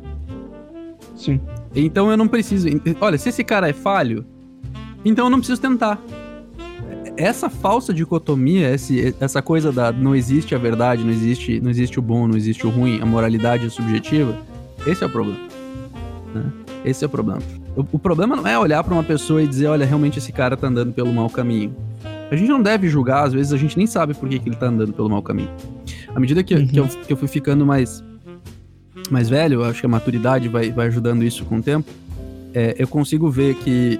Sim.
Então eu não preciso... Olha, se esse cara é falho, então eu não preciso tentar. Essa falsa dicotomia, essa coisa da não existe a verdade, não existe o bom, não existe o ruim, a moralidade é subjetiva, esse é o problema, né? Esse é o problema. O problema não é olhar pra uma pessoa e dizer, olha, realmente esse cara tá andando pelo mau caminho. A gente não deve julgar, às vezes a gente nem sabe por que ele tá andando pelo mau caminho. À medida que eu fui ficando mais velho, eu acho que a maturidade vai ajudando isso com o tempo, eu consigo ver que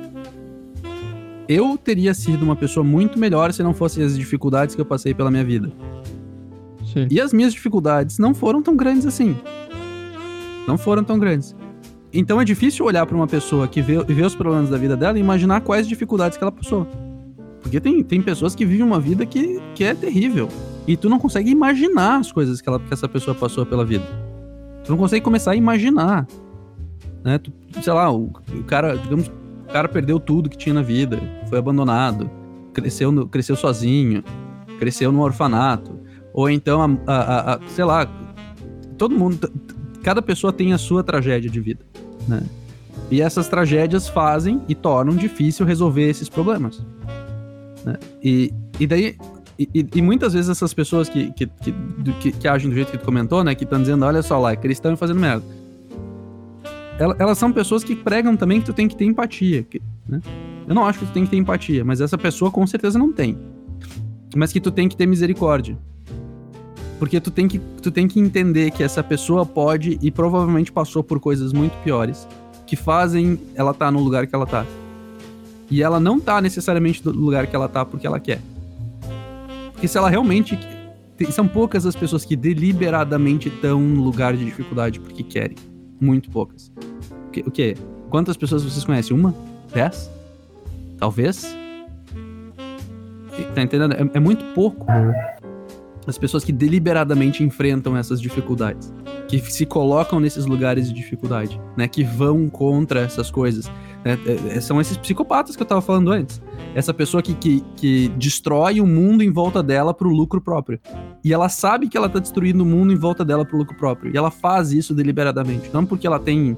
eu teria sido uma pessoa muito melhor se não fossem as dificuldades que eu passei pela minha vida.
Sim.
E as minhas dificuldades não foram tão grandes assim. Não foram tão grandes. Então é difícil olhar pra uma pessoa que vê os problemas da vida dela e imaginar quais dificuldades que ela passou. Porque tem pessoas que vivem uma vida que é terrível. E tu não consegue imaginar as coisas que essa pessoa passou pela vida. Tu não consegue começar a imaginar. Né? Sei lá, o cara, digamos, o cara perdeu tudo que tinha na vida, foi abandonado, cresceu sozinho, cresceu no orfanato. Ou então, sei lá, todo mundo... Cada pessoa tem a sua tragédia de vida, né? E essas tragédias fazem e tornam difícil resolver esses problemas, né? E daí... E muitas vezes essas pessoas que agem do jeito que tu comentou, né? Que estão dizendo, olha só lá, é cristão e fazendo merda. Elas são pessoas que pregam também que tu tem que ter empatia, né? Eu não acho que tu tem que ter empatia, mas essa pessoa com certeza não tem. Mas que tu tem que ter misericórdia. Porque tu tem que entender que essa pessoa pode e provavelmente passou por coisas muito piores que fazem ela tá no lugar que ela tá. E ela não tá necessariamente no lugar que ela tá porque ela quer. Porque se ela realmente... São poucas as pessoas que deliberadamente estão no lugar de dificuldade porque querem. Muito poucas. O quê? Quantas pessoas vocês conhecem? 1? 10? Talvez? Tá entendendo? É muito pouco. As pessoas que deliberadamente enfrentam essas dificuldades, que se colocam nesses lugares de dificuldade, né? Que vão contra essas coisas, né? São esses psicopatas que eu tava falando antes. Essa pessoa que destrói o mundo em volta dela pro lucro próprio. E ela sabe que ela tá destruindo o mundo em volta dela pro lucro próprio. E ela faz isso deliberadamente. Não porque ela tem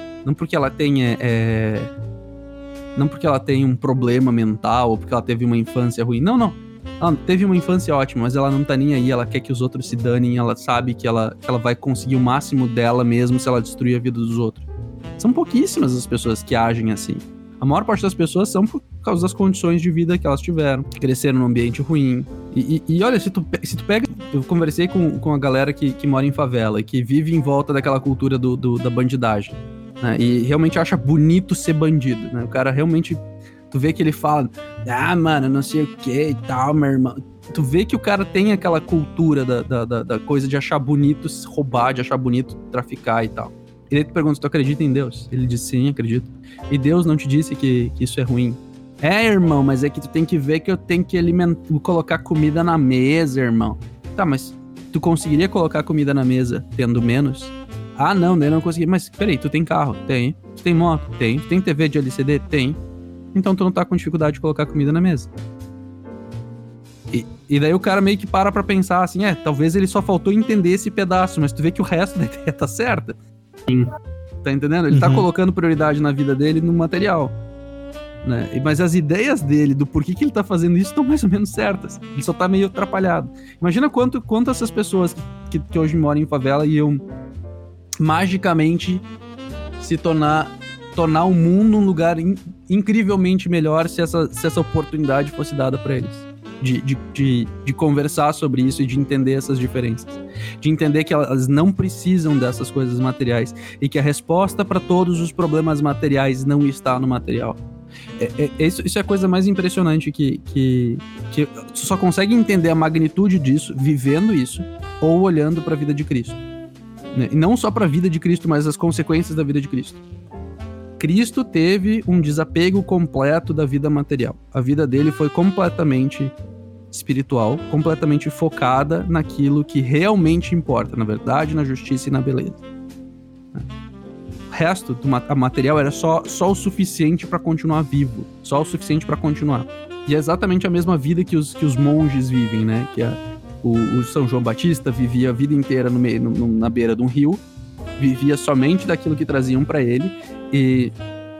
um problema mental ou porque ela teve uma infância ruim. Não. Ela teve uma infância ótima, mas ela não tá nem aí, ela quer que os outros se danem, ela sabe que ela vai conseguir o máximo dela mesmo se ela destruir a vida dos outros. São pouquíssimas as pessoas que agem assim. A maior parte das pessoas são por causa das condições de vida que elas tiveram, cresceram num ambiente ruim. E olha, se tu pega... Eu conversei com a galera que mora em favela e que vive em volta daquela cultura da bandidagem, né? E realmente acha bonito ser bandido, né? O cara realmente... Tu vê que ele fala, mano, não sei o que e tal, meu irmão. Tu vê que o cara tem aquela cultura da coisa de achar bonito roubar, de achar bonito traficar e tal. E daí tu pergunta, tu acredita em Deus? Ele diz, sim, acredito. E Deus não te disse que isso é ruim? Irmão, mas é que tu tem que ver que eu tenho que colocar comida na mesa, irmão. Tá, mas tu conseguiria colocar comida na mesa tendo menos? Ah, não, daí não consegui. Mas peraí, tu tem carro? Tem. Tu tem moto? Tem. Tu tem TV de LCD? Tem. Então tu não tá com dificuldade de colocar comida na mesa. E daí o cara meio que para pra pensar assim, talvez ele só faltou entender esse pedaço, mas tu vê que o resto da ideia tá certa.
Sim.
Tá entendendo? Ele tá colocando prioridade na vida dele no material. Né? Mas as ideias dele, do porquê que ele tá fazendo isso, estão mais ou menos certas. Ele só tá meio atrapalhado. Imagina quanto essas pessoas que hoje moram em favela iam magicamente se tornar o mundo um lugar incrivelmente melhor se essa oportunidade fosse dada para eles. De conversar sobre isso e de entender essas diferenças. De entender que elas não precisam dessas coisas materiais e que a resposta para todos os problemas materiais não está no material. Isso é a coisa mais impressionante que tu só consegue entender a magnitude disso vivendo isso ou olhando para a vida de Cristo. Né? E não só para a vida de Cristo, mas as consequências da vida de Cristo. Cristo teve um desapego completo da vida material. A vida dele foi completamente espiritual, completamente focada naquilo que realmente importa, na verdade, na justiça e na beleza. O resto do material era só o suficiente para continuar vivo, só o suficiente para continuar. E é exatamente a mesma vida que os monges vivem, né? Que o São João Batista vivia a vida inteira na beira de um rio, vivia somente daquilo que traziam para ele, e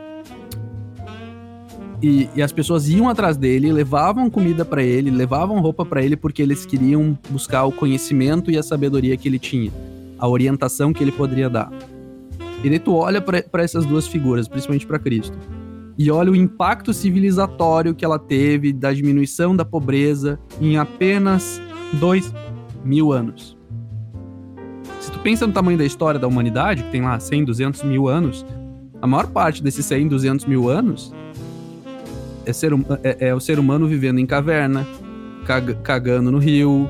as pessoas iam atrás dele, levavam comida para ele, levavam roupa para ele, porque eles queriam buscar o conhecimento e a sabedoria que ele tinha, a orientação que ele poderia dar. E daí tu olha para essas duas figuras, principalmente para Cristo, e olha o impacto civilizatório que ela teve da diminuição da pobreza em apenas 2.000 anos. Se tu pensa no tamanho da história da humanidade, que tem lá 100, 200 mil anos, a maior parte desses 100, 200 mil anos é o ser humano vivendo em caverna, cagando no rio,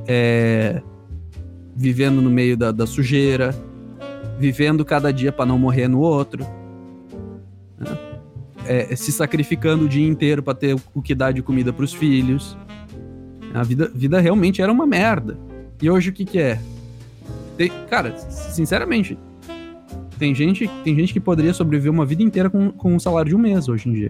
vivendo no meio da sujeira, vivendo cada dia para não morrer no outro, né? Se sacrificando o dia inteiro para ter o que dar de comida para os filhos. A vida realmente era uma merda. E hoje o que é? Cara, sinceramente, tem gente que poderia sobreviver uma vida inteira com um salário de um mês hoje em dia.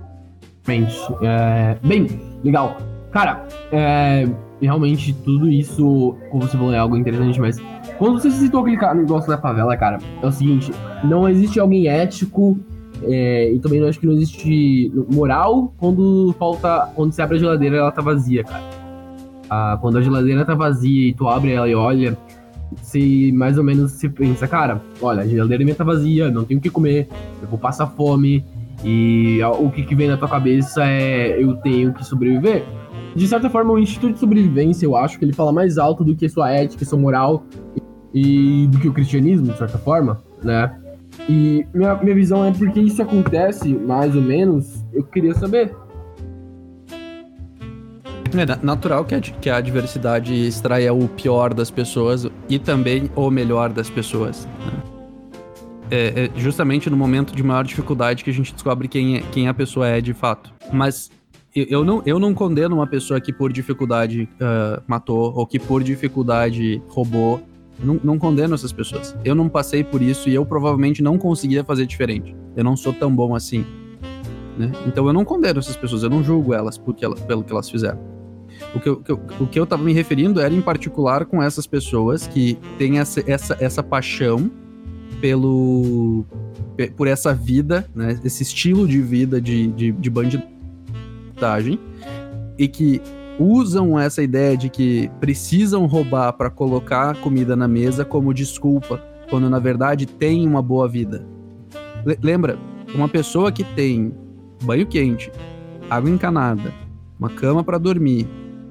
Bem, legal. Cara, realmente tudo isso, como você falou, é algo interessante, mas quando você citou aquele negócio da favela, cara, é o seguinte, não existe alguém ético, e também não acho que não existe moral quando você abre a geladeira e ela tá vazia, cara. Quando a geladeira tá vazia e tu abre ela e olha, se mais ou menos se pensa, cara, olha, a geladeira minha tá vazia, não tenho o que comer, eu vou passar fome, e o que vem na tua cabeça é eu tenho que sobreviver. De certa forma, o instinto de sobrevivência, eu acho que ele fala mais alto do que sua ética, sua moral e do que o cristianismo, de certa forma, né? E minha visão é porque isso acontece, mais ou menos, eu queria saber.
É natural que a adversidade extraia o pior das pessoas e também o melhor das pessoas, né? É justamente no momento de maior dificuldade que a gente descobre quem a pessoa é de fato. Mas eu não condeno uma pessoa que por dificuldade matou ou que por dificuldade roubou. Não condeno essas pessoas. Eu não passei por isso e eu provavelmente não conseguiria fazer diferente. Eu não sou tão bom assim, né? Então eu não condeno essas pessoas, eu não julgo elas pelo que elas fizeram. O que eu tava me referindo era em particular com essas pessoas que têm essa paixão por essa vida, né, esse estilo de vida de bandidagem, e que usam essa ideia de que precisam roubar para colocar comida na mesa como desculpa, quando na verdade tem uma boa vida. Lembra, uma pessoa que tem banho quente, água encanada, uma cama para dormir,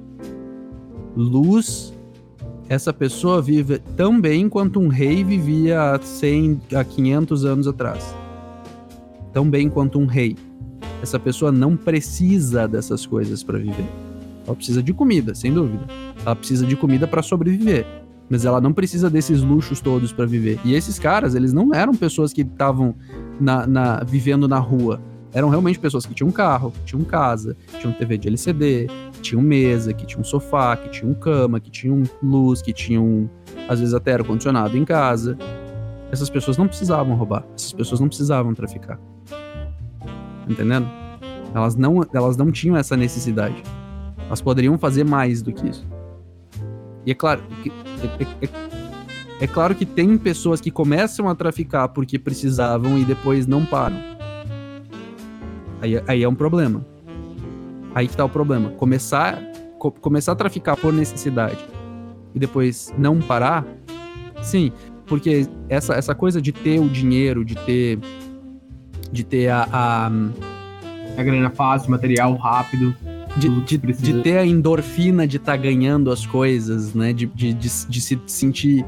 luz, essa pessoa vive tão bem quanto um rei vivia há 100, há 500 anos atrás. Tão bem quanto um rei. Essa pessoa não precisa dessas coisas para viver. Ela precisa de comida, sem dúvida. Ela precisa de comida para sobreviver. Mas ela não precisa desses luxos todos para viver. E esses caras, eles não eram pessoas que estavam vivendo na rua. Eram realmente pessoas que tinham carro, que tinham casa, que tinham TV de LCD, que tinham mesa, que tinham sofá, que tinham cama, que tinham luz, que tinham, às vezes, até ar-condicionado em casa. essas pessoas não precisavam roubar, essas pessoas não precisavam traficar. Entendendo? Elas não tinham essa necessidade. Elas poderiam fazer mais do que isso. E é claro que, é claro que tem pessoas que começam a traficar porque precisavam e depois não param. Aí é um problema. Aí que tá o problema. Começar a traficar por necessidade e depois não parar, sim, porque essa coisa de ter o dinheiro, de ter a
grana fácil, material rápido,
de ter a endorfina de estar ganhando as coisas, né? De se sentir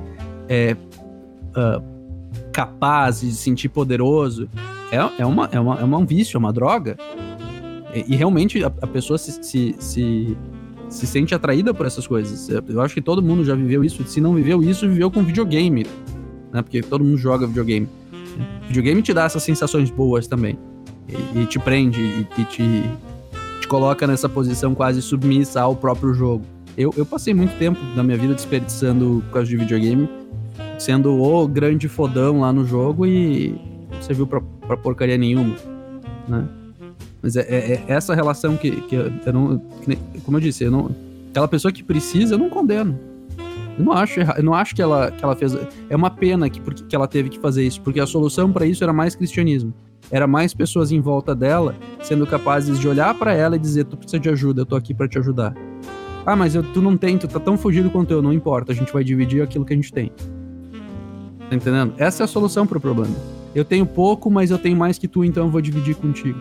capaz, de se sentir poderoso. É um vício, é uma droga. E realmente a pessoa se sente atraída por essas coisas. Eu acho que todo mundo já viveu isso. Se não viveu isso, viveu com videogame, né? Porque todo mundo joga videogame. Videogame te dá essas sensações boas também. E te prende e te coloca nessa posição quase submissa ao próprio jogo. Eu passei muito tempo da minha vida desperdiçando por causa de videogame, sendo o grande fodão lá no jogo e não serviu pra porcaria nenhuma, né? Mas é essa relação que eu não... Como eu disse, aquela pessoa que precisa, eu não condeno. Eu não acho errado, eu não acho que ela fez... É uma pena que ela teve que fazer isso, porque a solução pra isso era mais cristianismo. Era mais pessoas em volta dela, sendo capazes de olhar pra ela e dizer: tu precisa de ajuda, eu tô aqui pra te ajudar. Ah, mas tu não tem, tu tá tão fugido quanto eu, não importa, a gente vai dividir aquilo que a gente tem. Tá entendendo? Essa é a solução pro problema. Eu tenho pouco, mas eu tenho mais que tu, então eu vou dividir contigo.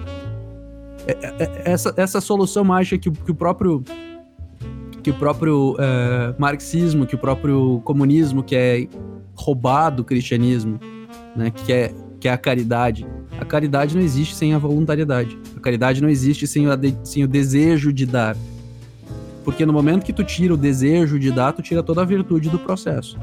Essa solução mágica que o próprio marxismo, que o próprio comunismo quer roubar do cristianismo, né, que é a caridade. A caridade não existe sem a voluntariedade. A caridade não existe sem o desejo de dar. Porque no momento que tu tira o desejo de dar, tu tira toda a virtude do processo.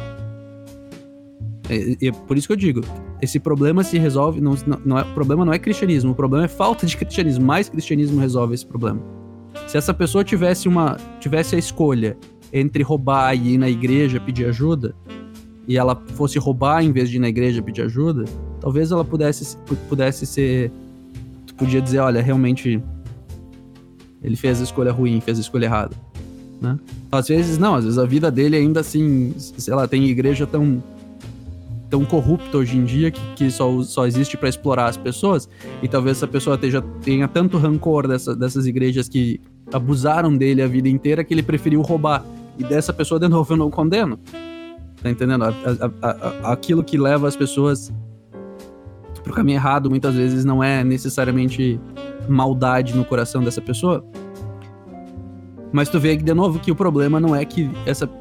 E por isso que eu digo, esse problema se resolve, o problema não é cristianismo, o problema é falta de cristianismo. Mais cristianismo resolve esse problema. Se essa pessoa tivesse a escolha entre roubar e ir na igreja pedir ajuda, e ela fosse roubar em vez de ir na igreja pedir ajuda, talvez ela pudesse ser... Tu podia dizer, olha, realmente ele fez a escolha ruim, fez a escolha errada, né? Às vezes a vida dele ainda assim, sei lá, tem igreja tão corrupta hoje em dia que só existe para explorar as pessoas, e talvez essa pessoa tenha tanto rancor dessas igrejas que abusaram dele a vida inteira que ele preferiu roubar. E dessa pessoa, de novo, eu não condeno. Tá entendendo? Aquilo que leva as pessoas pro caminho errado muitas vezes não é necessariamente maldade no coração dessa pessoa. Mas tu vê de novo que o problema não é que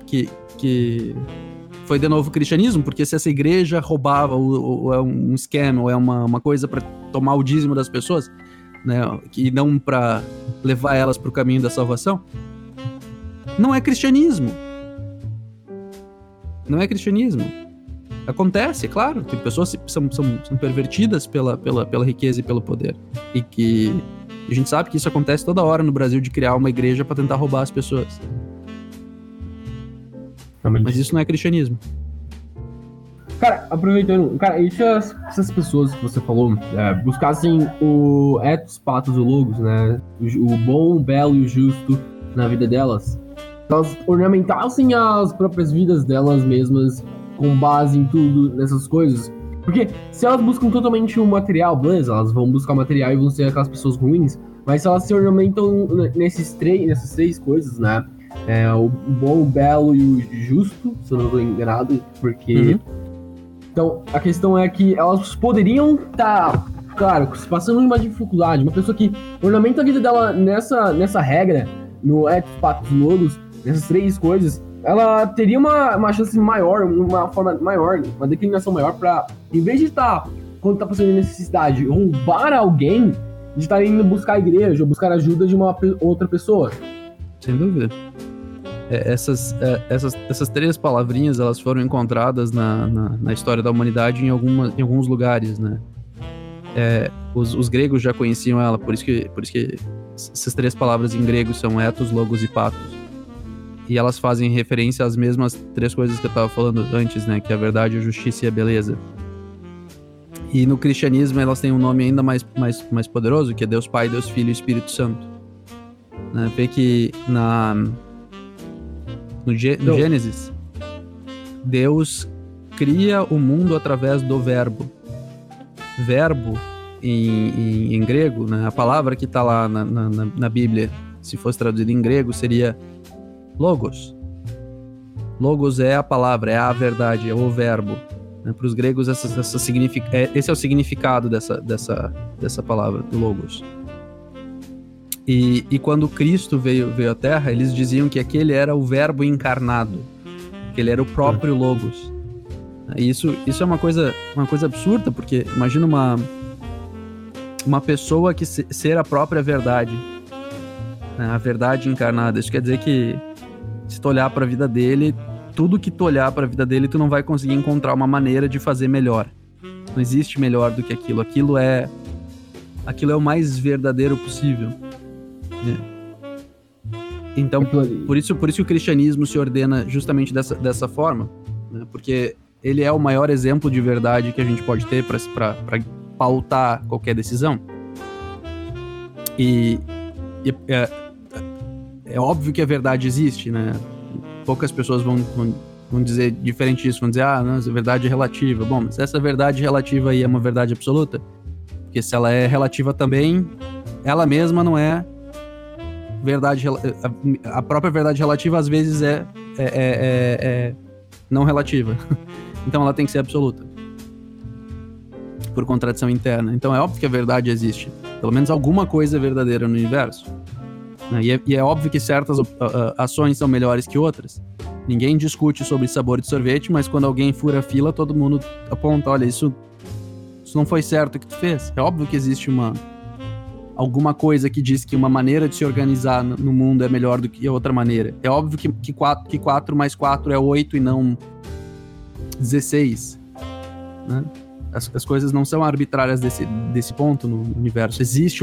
foi de novo o cristianismo, porque se essa igreja roubava ou é um scam, ou é uma coisa para tomar o dízimo das pessoas, né, e não para levar elas pro caminho da salvação, não é cristianismo. Não é cristianismo. Acontece, claro, tem pessoas que são pervertidas pela riqueza e pelo poder, e que a gente sabe que isso acontece toda hora no Brasil, de criar uma igreja para tentar roubar as pessoas. Mas isso não é cristianismo.
Cara, aproveitando, e se essas pessoas que você falou buscassem o ethos, pathos e logos, né, o bom, o belo e o justo na vida delas, elas ornamentassem as próprias vidas delas mesmas com base em tudo nessas coisas? Porque se elas buscam totalmente o material, beleza, elas vão buscar o material e vão ser aquelas pessoas ruins, mas se elas se ornamentam nessas três coisas, né, o bom, o belo e o justo, se eu não estou enganado, porque... Então, a questão é que elas poderiam estar, claro, passando uma dificuldade. Uma pessoa que ornamenta a vida dela nessa regra, no ethos, pathos e logos, nessas três coisas, ela teria uma chance maior, uma forma maior, uma declinação maior pra, em vez de estar, quando tá passando necessidade, roubar alguém, de estar indo buscar a igreja ou buscar ajuda de uma outra pessoa.
Sem dúvida. Essas três palavrinhas, elas foram encontradas na história da humanidade em alguns lugares, né? Os gregos já conheciam ela, por isso que essas três palavras em grego são ethos, logos e pathos. E elas fazem referência às mesmas três coisas que eu estava falando antes, né? Que é a verdade, a justiça e a beleza. E no cristianismo elas têm um nome ainda mais poderoso, que é Deus Pai, Deus Filho e Espírito Santo. Né? Vê que no Gênesis, Deus cria o mundo através do verbo. Verbo, em grego, né? A palavra que está lá na Bíblia, se fosse traduzido em grego, seria logos. Logos é a palavra, é a verdade, é o verbo. Para os gregos, esse é o significado dessa palavra, do logos. E quando Cristo veio à Terra, eles diziam que aquele era o verbo encarnado, que ele era o próprio logos. E isso é uma coisa absurda, porque imagina uma pessoa que ser a própria verdade, né? A verdade encarnada. Isso quer dizer que se tu olhar para a vida dele, tudo que tu olhar para a vida dele, tu não vai conseguir encontrar uma maneira de fazer melhor. Não existe melhor do que aquilo. Aquilo é o mais verdadeiro possível. Então, por isso que o cristianismo se ordena justamente dessa forma, né? Porque ele é o maior exemplo de verdade que a gente pode ter para pautar qualquer decisão. E é óbvio que a verdade existe, né? Poucas pessoas vão dizer diferente disso, vão dizer, não, essa verdade é relativa. Bom, mas essa verdade relativa aí é uma verdade absoluta? Porque se ela é relativa também, ela mesma não é verdade. A própria verdade relativa às vezes é não relativa. Então ela tem que ser absoluta, por contradição interna. Então é óbvio que a verdade existe. Pelo menos alguma coisa é verdadeira no universo. E é óbvio que certas ações são melhores que outras. Ninguém discute sobre sabor de sorvete, mas quando alguém fura a fila, todo mundo aponta, olha, isso não foi certo que tu fez. É óbvio que existe alguma coisa que diz que uma maneira de se organizar no mundo é melhor do que a outra maneira. É óbvio que 4 mais 4 é 8 e não 16. Né? As coisas não são arbitrárias desse ponto no universo. Existe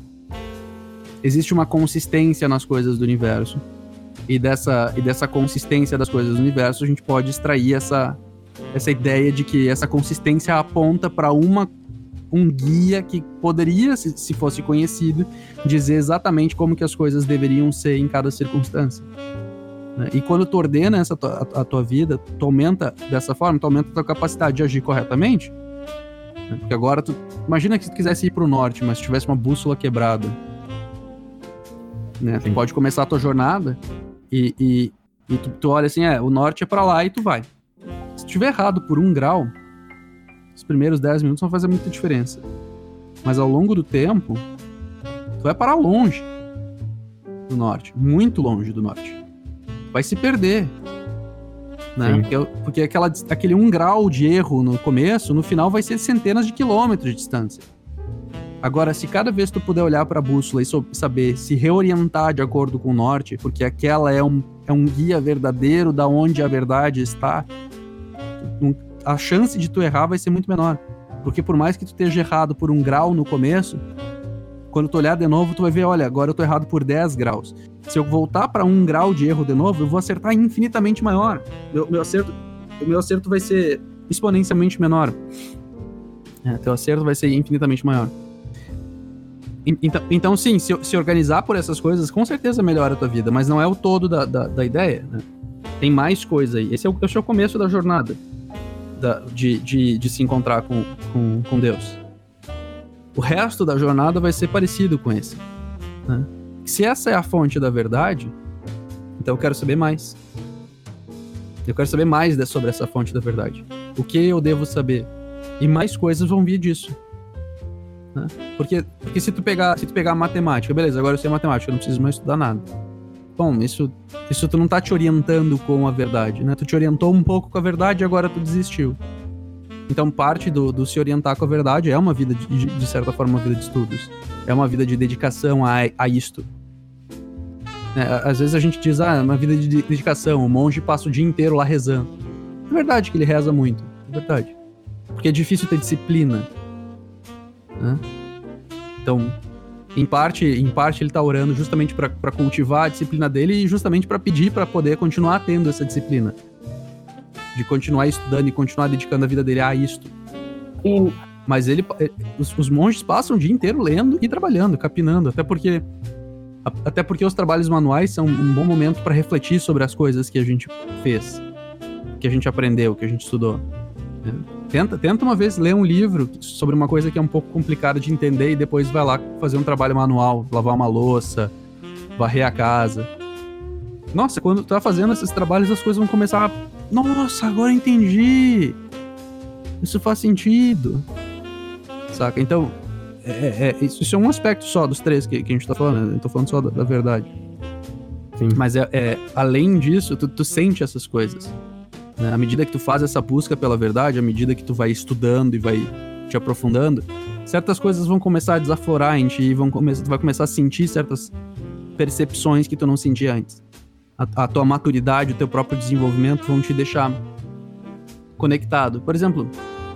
uma consistência nas coisas do universo. E dessa consistência das coisas do universo, a gente pode extrair essa ideia de que essa consistência aponta para um guia que poderia, se fosse conhecido, dizer exatamente como que as coisas deveriam ser em cada circunstância. E quando tu ordena a tua vida, tu aumenta dessa forma, tu aumenta a tua capacidade de agir corretamente. Porque agora imagina que tu quisesse ir pro norte, mas tivesse uma bússola quebrada. Né? Tu pode começar a tua jornada e tu olha assim, o norte é pra lá e tu vai. Se tiver errado por 1 grau, os primeiros 10 minutos não vai fazer muita diferença. Mas ao longo do tempo, tu vai parar longe do norte, muito longe do norte. Vai se perder. Né? Porque aquele 1 grau de erro no começo, no final vai ser centenas de quilômetros de distância. Agora, se cada vez tu puder olhar para a bússola e saber se reorientar de acordo com o norte, porque aquela é um guia verdadeiro da onde a verdade está, a chance de tu errar vai ser muito menor. Porque por mais que tu esteja errado por 1 grau no começo, quando tu olhar de novo, tu vai ver, olha, agora eu tô errado por 10 graus. Se eu voltar para 1 grau de erro de novo, eu vou acertar infinitamente maior. Meu acerto vai ser exponencialmente menor. Teu acerto vai ser infinitamente maior. Então sim, se organizar por essas coisas, com certeza melhora a tua vida, mas não é o todo da ideia, né? Tem mais coisa aí. Esse é o começo da jornada de se encontrar com Deus. O resto da jornada vai ser parecido com esse, né? Se essa é a fonte da verdade, então eu quero saber mais. Eu quero saber mais sobre essa fonte da verdade. O que eu devo saber? E mais coisas vão vir disso. Né? Porque se tu pegar a matemática, beleza, agora eu sei matemática, eu não preciso mais estudar nada. Bom, isso tu não tá te orientando com a verdade, né? Tu te orientou um pouco com a verdade e agora tu desistiu. Então parte do se orientar com a verdade é uma vida, de certa forma, uma vida de estudos. É uma vida de dedicação a isto. Às vezes a gente diz, uma vida de dedicação, o monge passa o dia inteiro lá rezando. É verdade que ele reza muito, é verdade. Porque é difícil ter disciplina. Né? Então, em parte ele tá orando justamente para cultivar a disciplina dele e justamente para pedir para poder continuar tendo essa disciplina. De continuar estudando e continuar dedicando a vida dele a isto. Mas os monges passam o dia inteiro lendo e trabalhando, capinando, até porque os trabalhos manuais são um bom momento para refletir sobre as coisas que a gente fez, que a gente aprendeu, que a gente estudou. Tenta uma vez ler um livro sobre uma coisa que é um pouco complicada de entender e depois vai lá fazer um trabalho manual, lavar uma louça, varrer a casa. Nossa, quando tu tá fazendo esses trabalhos, as coisas vão começar a... Nossa, agora eu entendi! Isso faz sentido. Saca? Então, isso é um aspecto só dos três que a gente tá falando, né? Eu tô falando só da verdade.
Sim.
Mas além disso, tu sente essas coisas. Né? À medida que tu faz essa busca pela verdade, à medida que tu vai estudando e vai te aprofundando, certas coisas vão começar a desaflorar em ti e tu vai começar a sentir certas percepções que tu não sentia antes. A tua maturidade, o teu próprio desenvolvimento vão te deixar conectado. Por exemplo,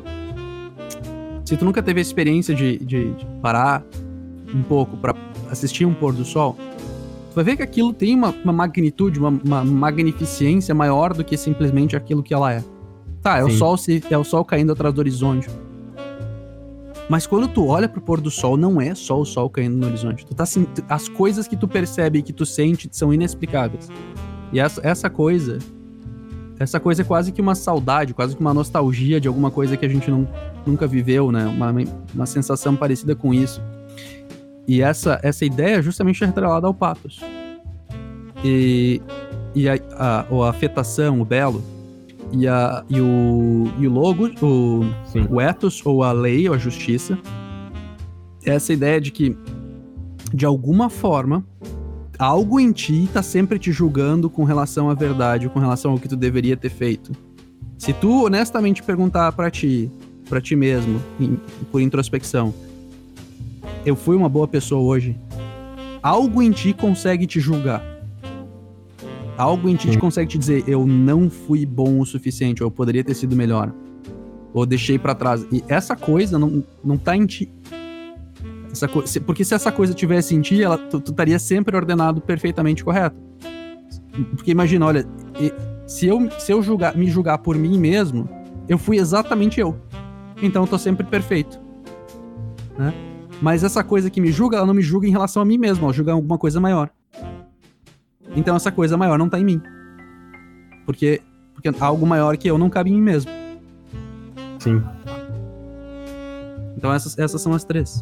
se tu nunca teve a experiência de parar um pouco para assistir um pôr do sol, tu vai ver que aquilo tem uma magnitude, uma magnificência maior do que simplesmente aquilo que ela é. Tá, é o sol caindo atrás do horizonte. Mas quando tu olha pro pôr do sol, não é só o sol caindo no horizonte. As coisas que tu percebe e que tu sente são inexplicáveis. E essa coisa é quase que uma saudade, quase que uma nostalgia de alguma coisa que a gente nunca viveu, né? Uma sensação parecida com isso. E essa ideia é justamente atrelada ao pathos. E a afetação, o belo, e o logos, o ethos, ou a lei, ou a justiça, é essa ideia de que, de alguma forma, algo em ti tá sempre te julgando com relação à verdade, com relação ao que tu deveria ter feito. Se tu honestamente perguntar pra ti mesmo, por introspecção, eu fui uma boa pessoa hoje, algo em ti consegue te julgar. Algo em ti consegue te dizer, eu não fui bom o suficiente, ou eu poderia ter sido melhor, ou deixei pra trás. E essa coisa não tá em ti. Porque se essa coisa tivesse em ti, tu estaria sempre ordenado perfeitamente correto. Porque imagina, olha, se eu me julgar por mim mesmo, eu fui exatamente eu. Então eu tô sempre perfeito. Né? Mas essa coisa que me julga, ela não me julga em relação a mim mesmo, ela julga alguma coisa maior. Então essa coisa maior não tá em mim. Porque algo maior que eu não cabe em mim mesmo.
Sim.
Então essas são as três.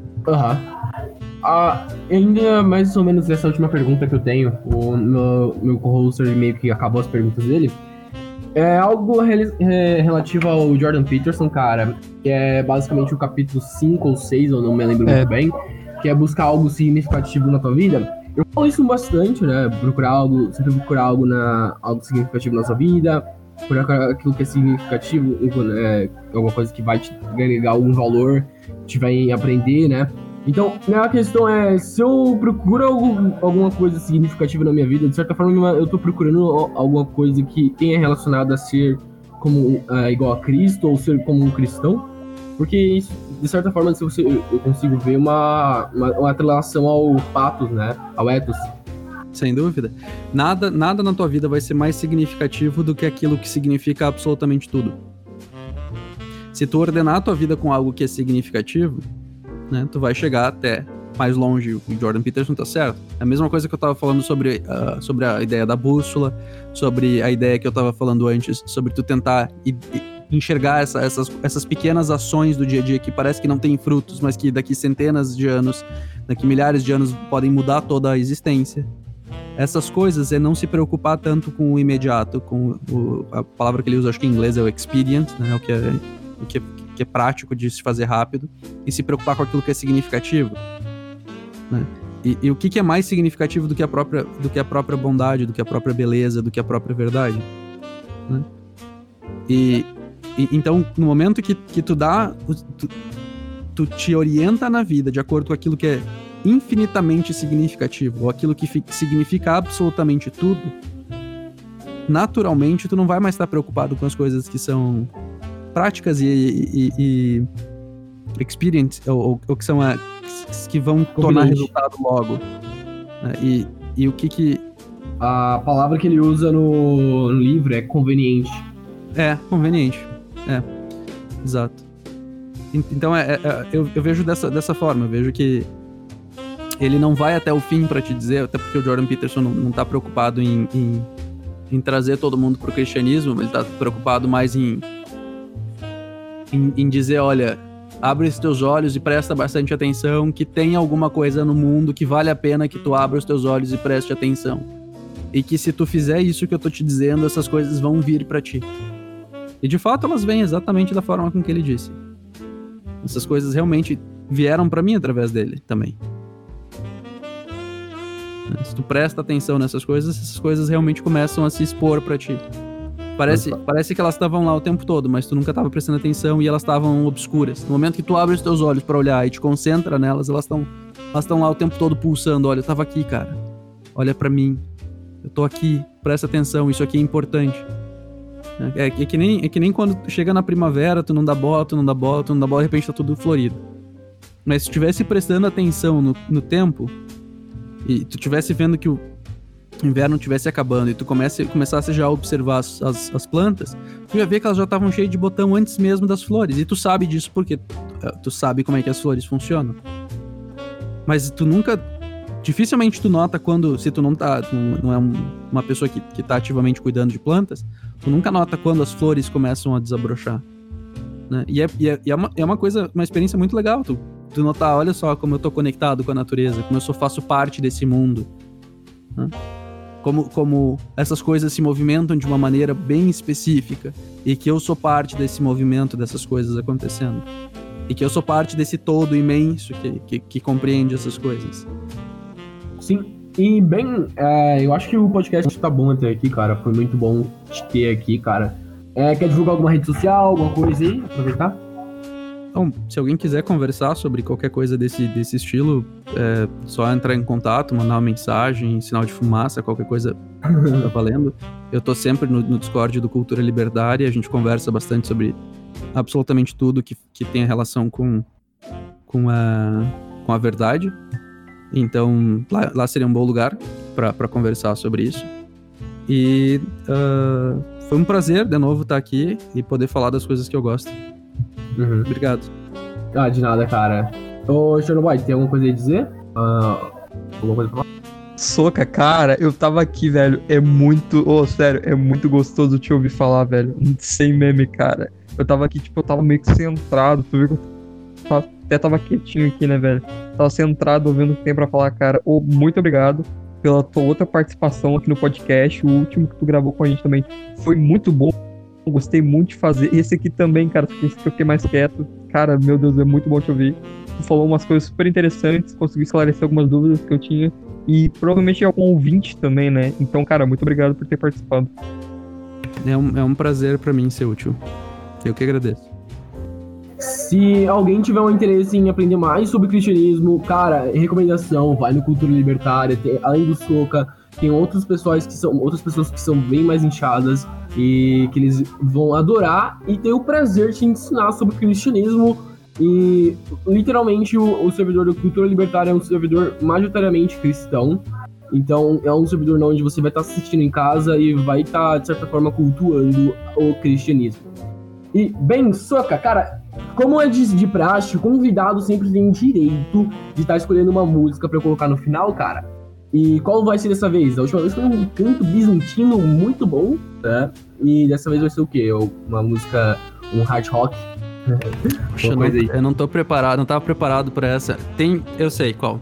Ainda mais ou menos essa última pergunta que eu tenho, o meu co-hoster meio que acabou as perguntas dele. É algo relativo ao Jordan Peterson, cara, que é basicamente o capítulo 5 ou 6, eu não me lembro muito bem, que é buscar algo significativo na tua vida. Eu falo isso bastante, né? Sempre procurar algo significativo na sua vida, procurar aquilo que é significativo, alguma coisa que vai te agregar algum valor, te vai aprender, né? Então, minha questão é, se eu procuro alguma coisa significativa na minha vida, de certa forma eu tô procurando alguma coisa que tenha relacionado a ser como igual a Cristo, ou ser como um cristão, porque isso, de certa forma, eu consigo ver uma atrelação ao pathos, né? Ao ethos.
Sem dúvida. Nada na tua vida vai ser mais significativo do que aquilo que significa absolutamente tudo. Se tu ordenar a tua vida com algo que é significativo, né, tu vai chegar até mais longe. O Jordan Peterson tá certo. É a mesma coisa que eu tava falando sobre a ideia da bússola, sobre a ideia que eu tava falando antes, sobre tu tentar enxergar essas pequenas ações do dia a dia que parece que não tem frutos, mas que daqui centenas de anos, daqui milhares de anos podem mudar toda a existência. Essas coisas é não se preocupar tanto com o imediato, com a palavra que ele usa, acho que em inglês é o expedient, né, o que é prático de se fazer rápido, e se preocupar com aquilo que é significativo, né? E o que é mais significativo do que a própria bondade, do que a própria beleza, do que a própria verdade, né? Então, no momento que tu te orienta na vida de acordo com aquilo que é infinitamente significativo, ou aquilo que significa absolutamente tudo, naturalmente tu não vai mais estar preocupado com as coisas que são práticas e experience, ou que são que vão tornar resultado logo. E o que
a palavra que ele usa no livro é conveniente.
É, conveniente. É, exato. Então, eu vejo dessa forma. Eu vejo que ele não vai até o fim pra te dizer, até porque o Jordan Peterson não tá preocupado em trazer todo mundo pro cristianismo, ele tá preocupado mais em dizer, olha, abre os teus olhos e presta bastante atenção, que tem alguma coisa no mundo que vale a pena que tu abra os teus olhos e preste atenção. E que se tu fizer isso que eu tô te dizendo, essas coisas vão vir pra ti. E de fato elas vêm exatamente da forma com que ele disse. Essas coisas realmente vieram pra mim através dele também. Se tu presta atenção nessas coisas, essas coisas realmente começam a se expor pra ti. Parece que elas estavam lá o tempo todo, mas tu nunca tava prestando atenção e elas estavam obscuras. No momento que tu abre os teus olhos pra olhar e te concentra nelas, elas estão lá o tempo todo pulsando. Olha, eu tava aqui, cara. Olha pra mim. Eu tô aqui. Presta atenção, isso aqui é importante. É que nem quando tu chega na primavera, tu não dá bola, de repente tá tudo florido. Mas se tu estivesse prestando atenção no tempo, e tu estivesse vendo que o inverno estivesse acabando, e tu começasse já a observar as plantas, tu ia ver que elas já estavam cheias de botão antes mesmo das flores. E tu sabe disso porque tu sabe como é que as flores funcionam. Mas dificilmente tu nota quando, se tu não é uma pessoa que tá ativamente cuidando de plantas, tu nunca nota quando as flores começam a desabrochar, né? E é uma experiência muito legal, tu notar, olha só como eu tô conectado com a natureza, como eu faço parte desse mundo, né? Como essas coisas se movimentam de uma maneira bem específica, e que eu sou parte desse movimento, dessas coisas acontecendo, e que eu sou parte desse todo imenso que compreende essas coisas.
Sim, e bem, eu acho que o podcast tá bom até aqui, cara. Foi muito bom te ter aqui, cara. Quer divulgar alguma rede social, alguma coisa aí? Aproveitar?
Então, se alguém quiser conversar sobre qualquer coisa desse estilo, é só entrar em contato, mandar uma mensagem, sinal de fumaça, qualquer coisa tá valendo. Eu tô sempre no Discord do Cultura Libertária, a gente conversa bastante sobre absolutamente tudo que tem relação com a verdade. Então, lá seria um bom lugar para conversar sobre isso. E foi um prazer, de novo, estar aqui e poder falar das coisas que eu gosto.
Uhum.
Obrigado.
De nada, cara. Ô, Chernobyl, tem alguma coisa a dizer? Alguma coisa pra falar?
Soca, cara, eu tava aqui, velho. Sério, é muito gostoso te ouvir falar, velho. Sem meme, cara. Eu tava aqui, eu tava meio que centrado. Tu viu que eu até tava quietinho aqui, né, velho? Tava centrado ouvindo o que tem pra falar, cara. Muito obrigado pela tua outra participação aqui no podcast. O último que tu gravou com a gente também foi muito bom. Eu gostei muito de fazer. Esse aqui também, cara, esse que eu fiquei mais quieto. Cara, meu Deus, é muito bom te ouvir. Tu falou umas coisas super interessantes, conseguiu esclarecer algumas dúvidas que eu tinha. E provavelmente é algum ouvinte também, né? Então, cara, muito obrigado por ter participado.
É um prazer pra mim ser útil. Eu que agradeço.
Se alguém tiver um interesse em aprender mais sobre cristianismo, cara, recomendação, vai no Cultura Libertária. Além do Soca, tem outras pessoas que são bem mais inchadas e que eles vão adorar e ter o prazer de te ensinar sobre cristianismo. E literalmente o servidor do Cultura Libertária é um servidor majoritariamente cristão. Então é um servidor onde você vai estar assistindo em casa e vai estar, de certa forma, cultuando o cristianismo. E, bem, Soca, cara, como é de praxe, o convidado sempre tem direito de estar escolhendo uma música pra eu colocar no final, cara. E qual vai ser dessa vez? A última vez foi um canto bizantino muito bom, né? E dessa vez vai ser o quê? Uma música, um hard rock?
Poxa, eu não tô preparado, não tava preparado pra essa. Eu sei qual.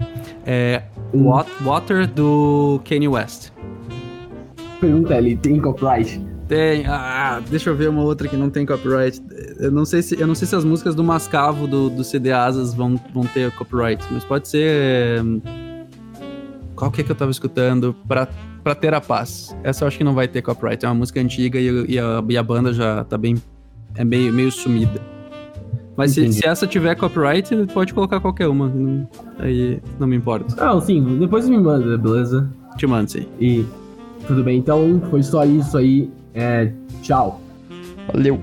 Water do Kanye West.
Pergunta ali, tem copyright?
Tem. Deixa eu ver uma outra que não tem copyright. Eu não sei se as músicas do Mascavo do CD Asas vão ter copyright, mas pode ser. Qual que é que eu tava escutando? Pra Ter a Paz. Essa eu acho que não vai ter copyright. É uma música antiga e a banda já tá bem. É meio sumida. Mas se essa tiver copyright, pode colocar qualquer uma. Aí não me importa.
Sim, depois me manda, beleza?
Te mando, sim.
E tudo bem, então foi só isso aí. Tchau.
Valeu.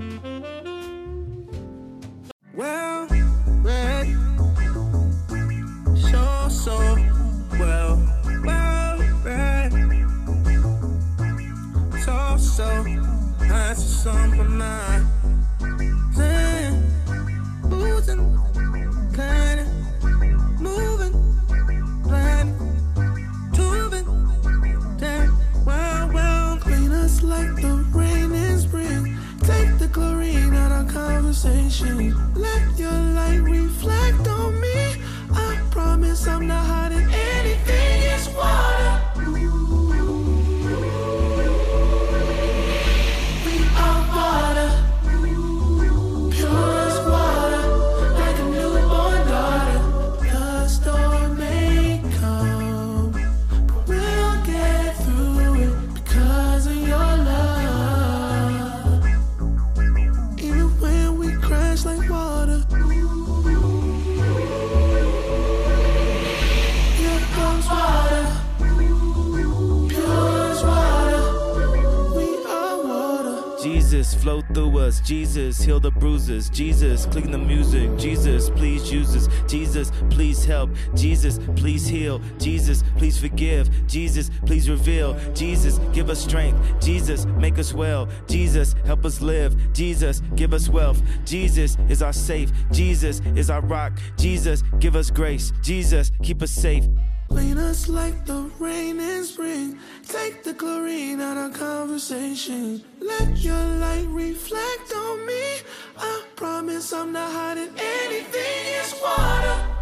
Something flow through us. Jesus, heal the bruises. Jesus, clean the music. Jesus, please use us. Jesus, please help. Jesus, please heal. Jesus, please forgive. Jesus, please reveal. Jesus, give us strength. Jesus, make us well. Jesus, help us live. Jesus, give us wealth. Jesus is our safe. Jesus is our rock. Jesus, give us grace. Jesus, keep us safe.
Clean us like the rain in spring. Take the chlorine out of conversation. Let your light reflect on me. I promise I'm not hiding anything. It's water.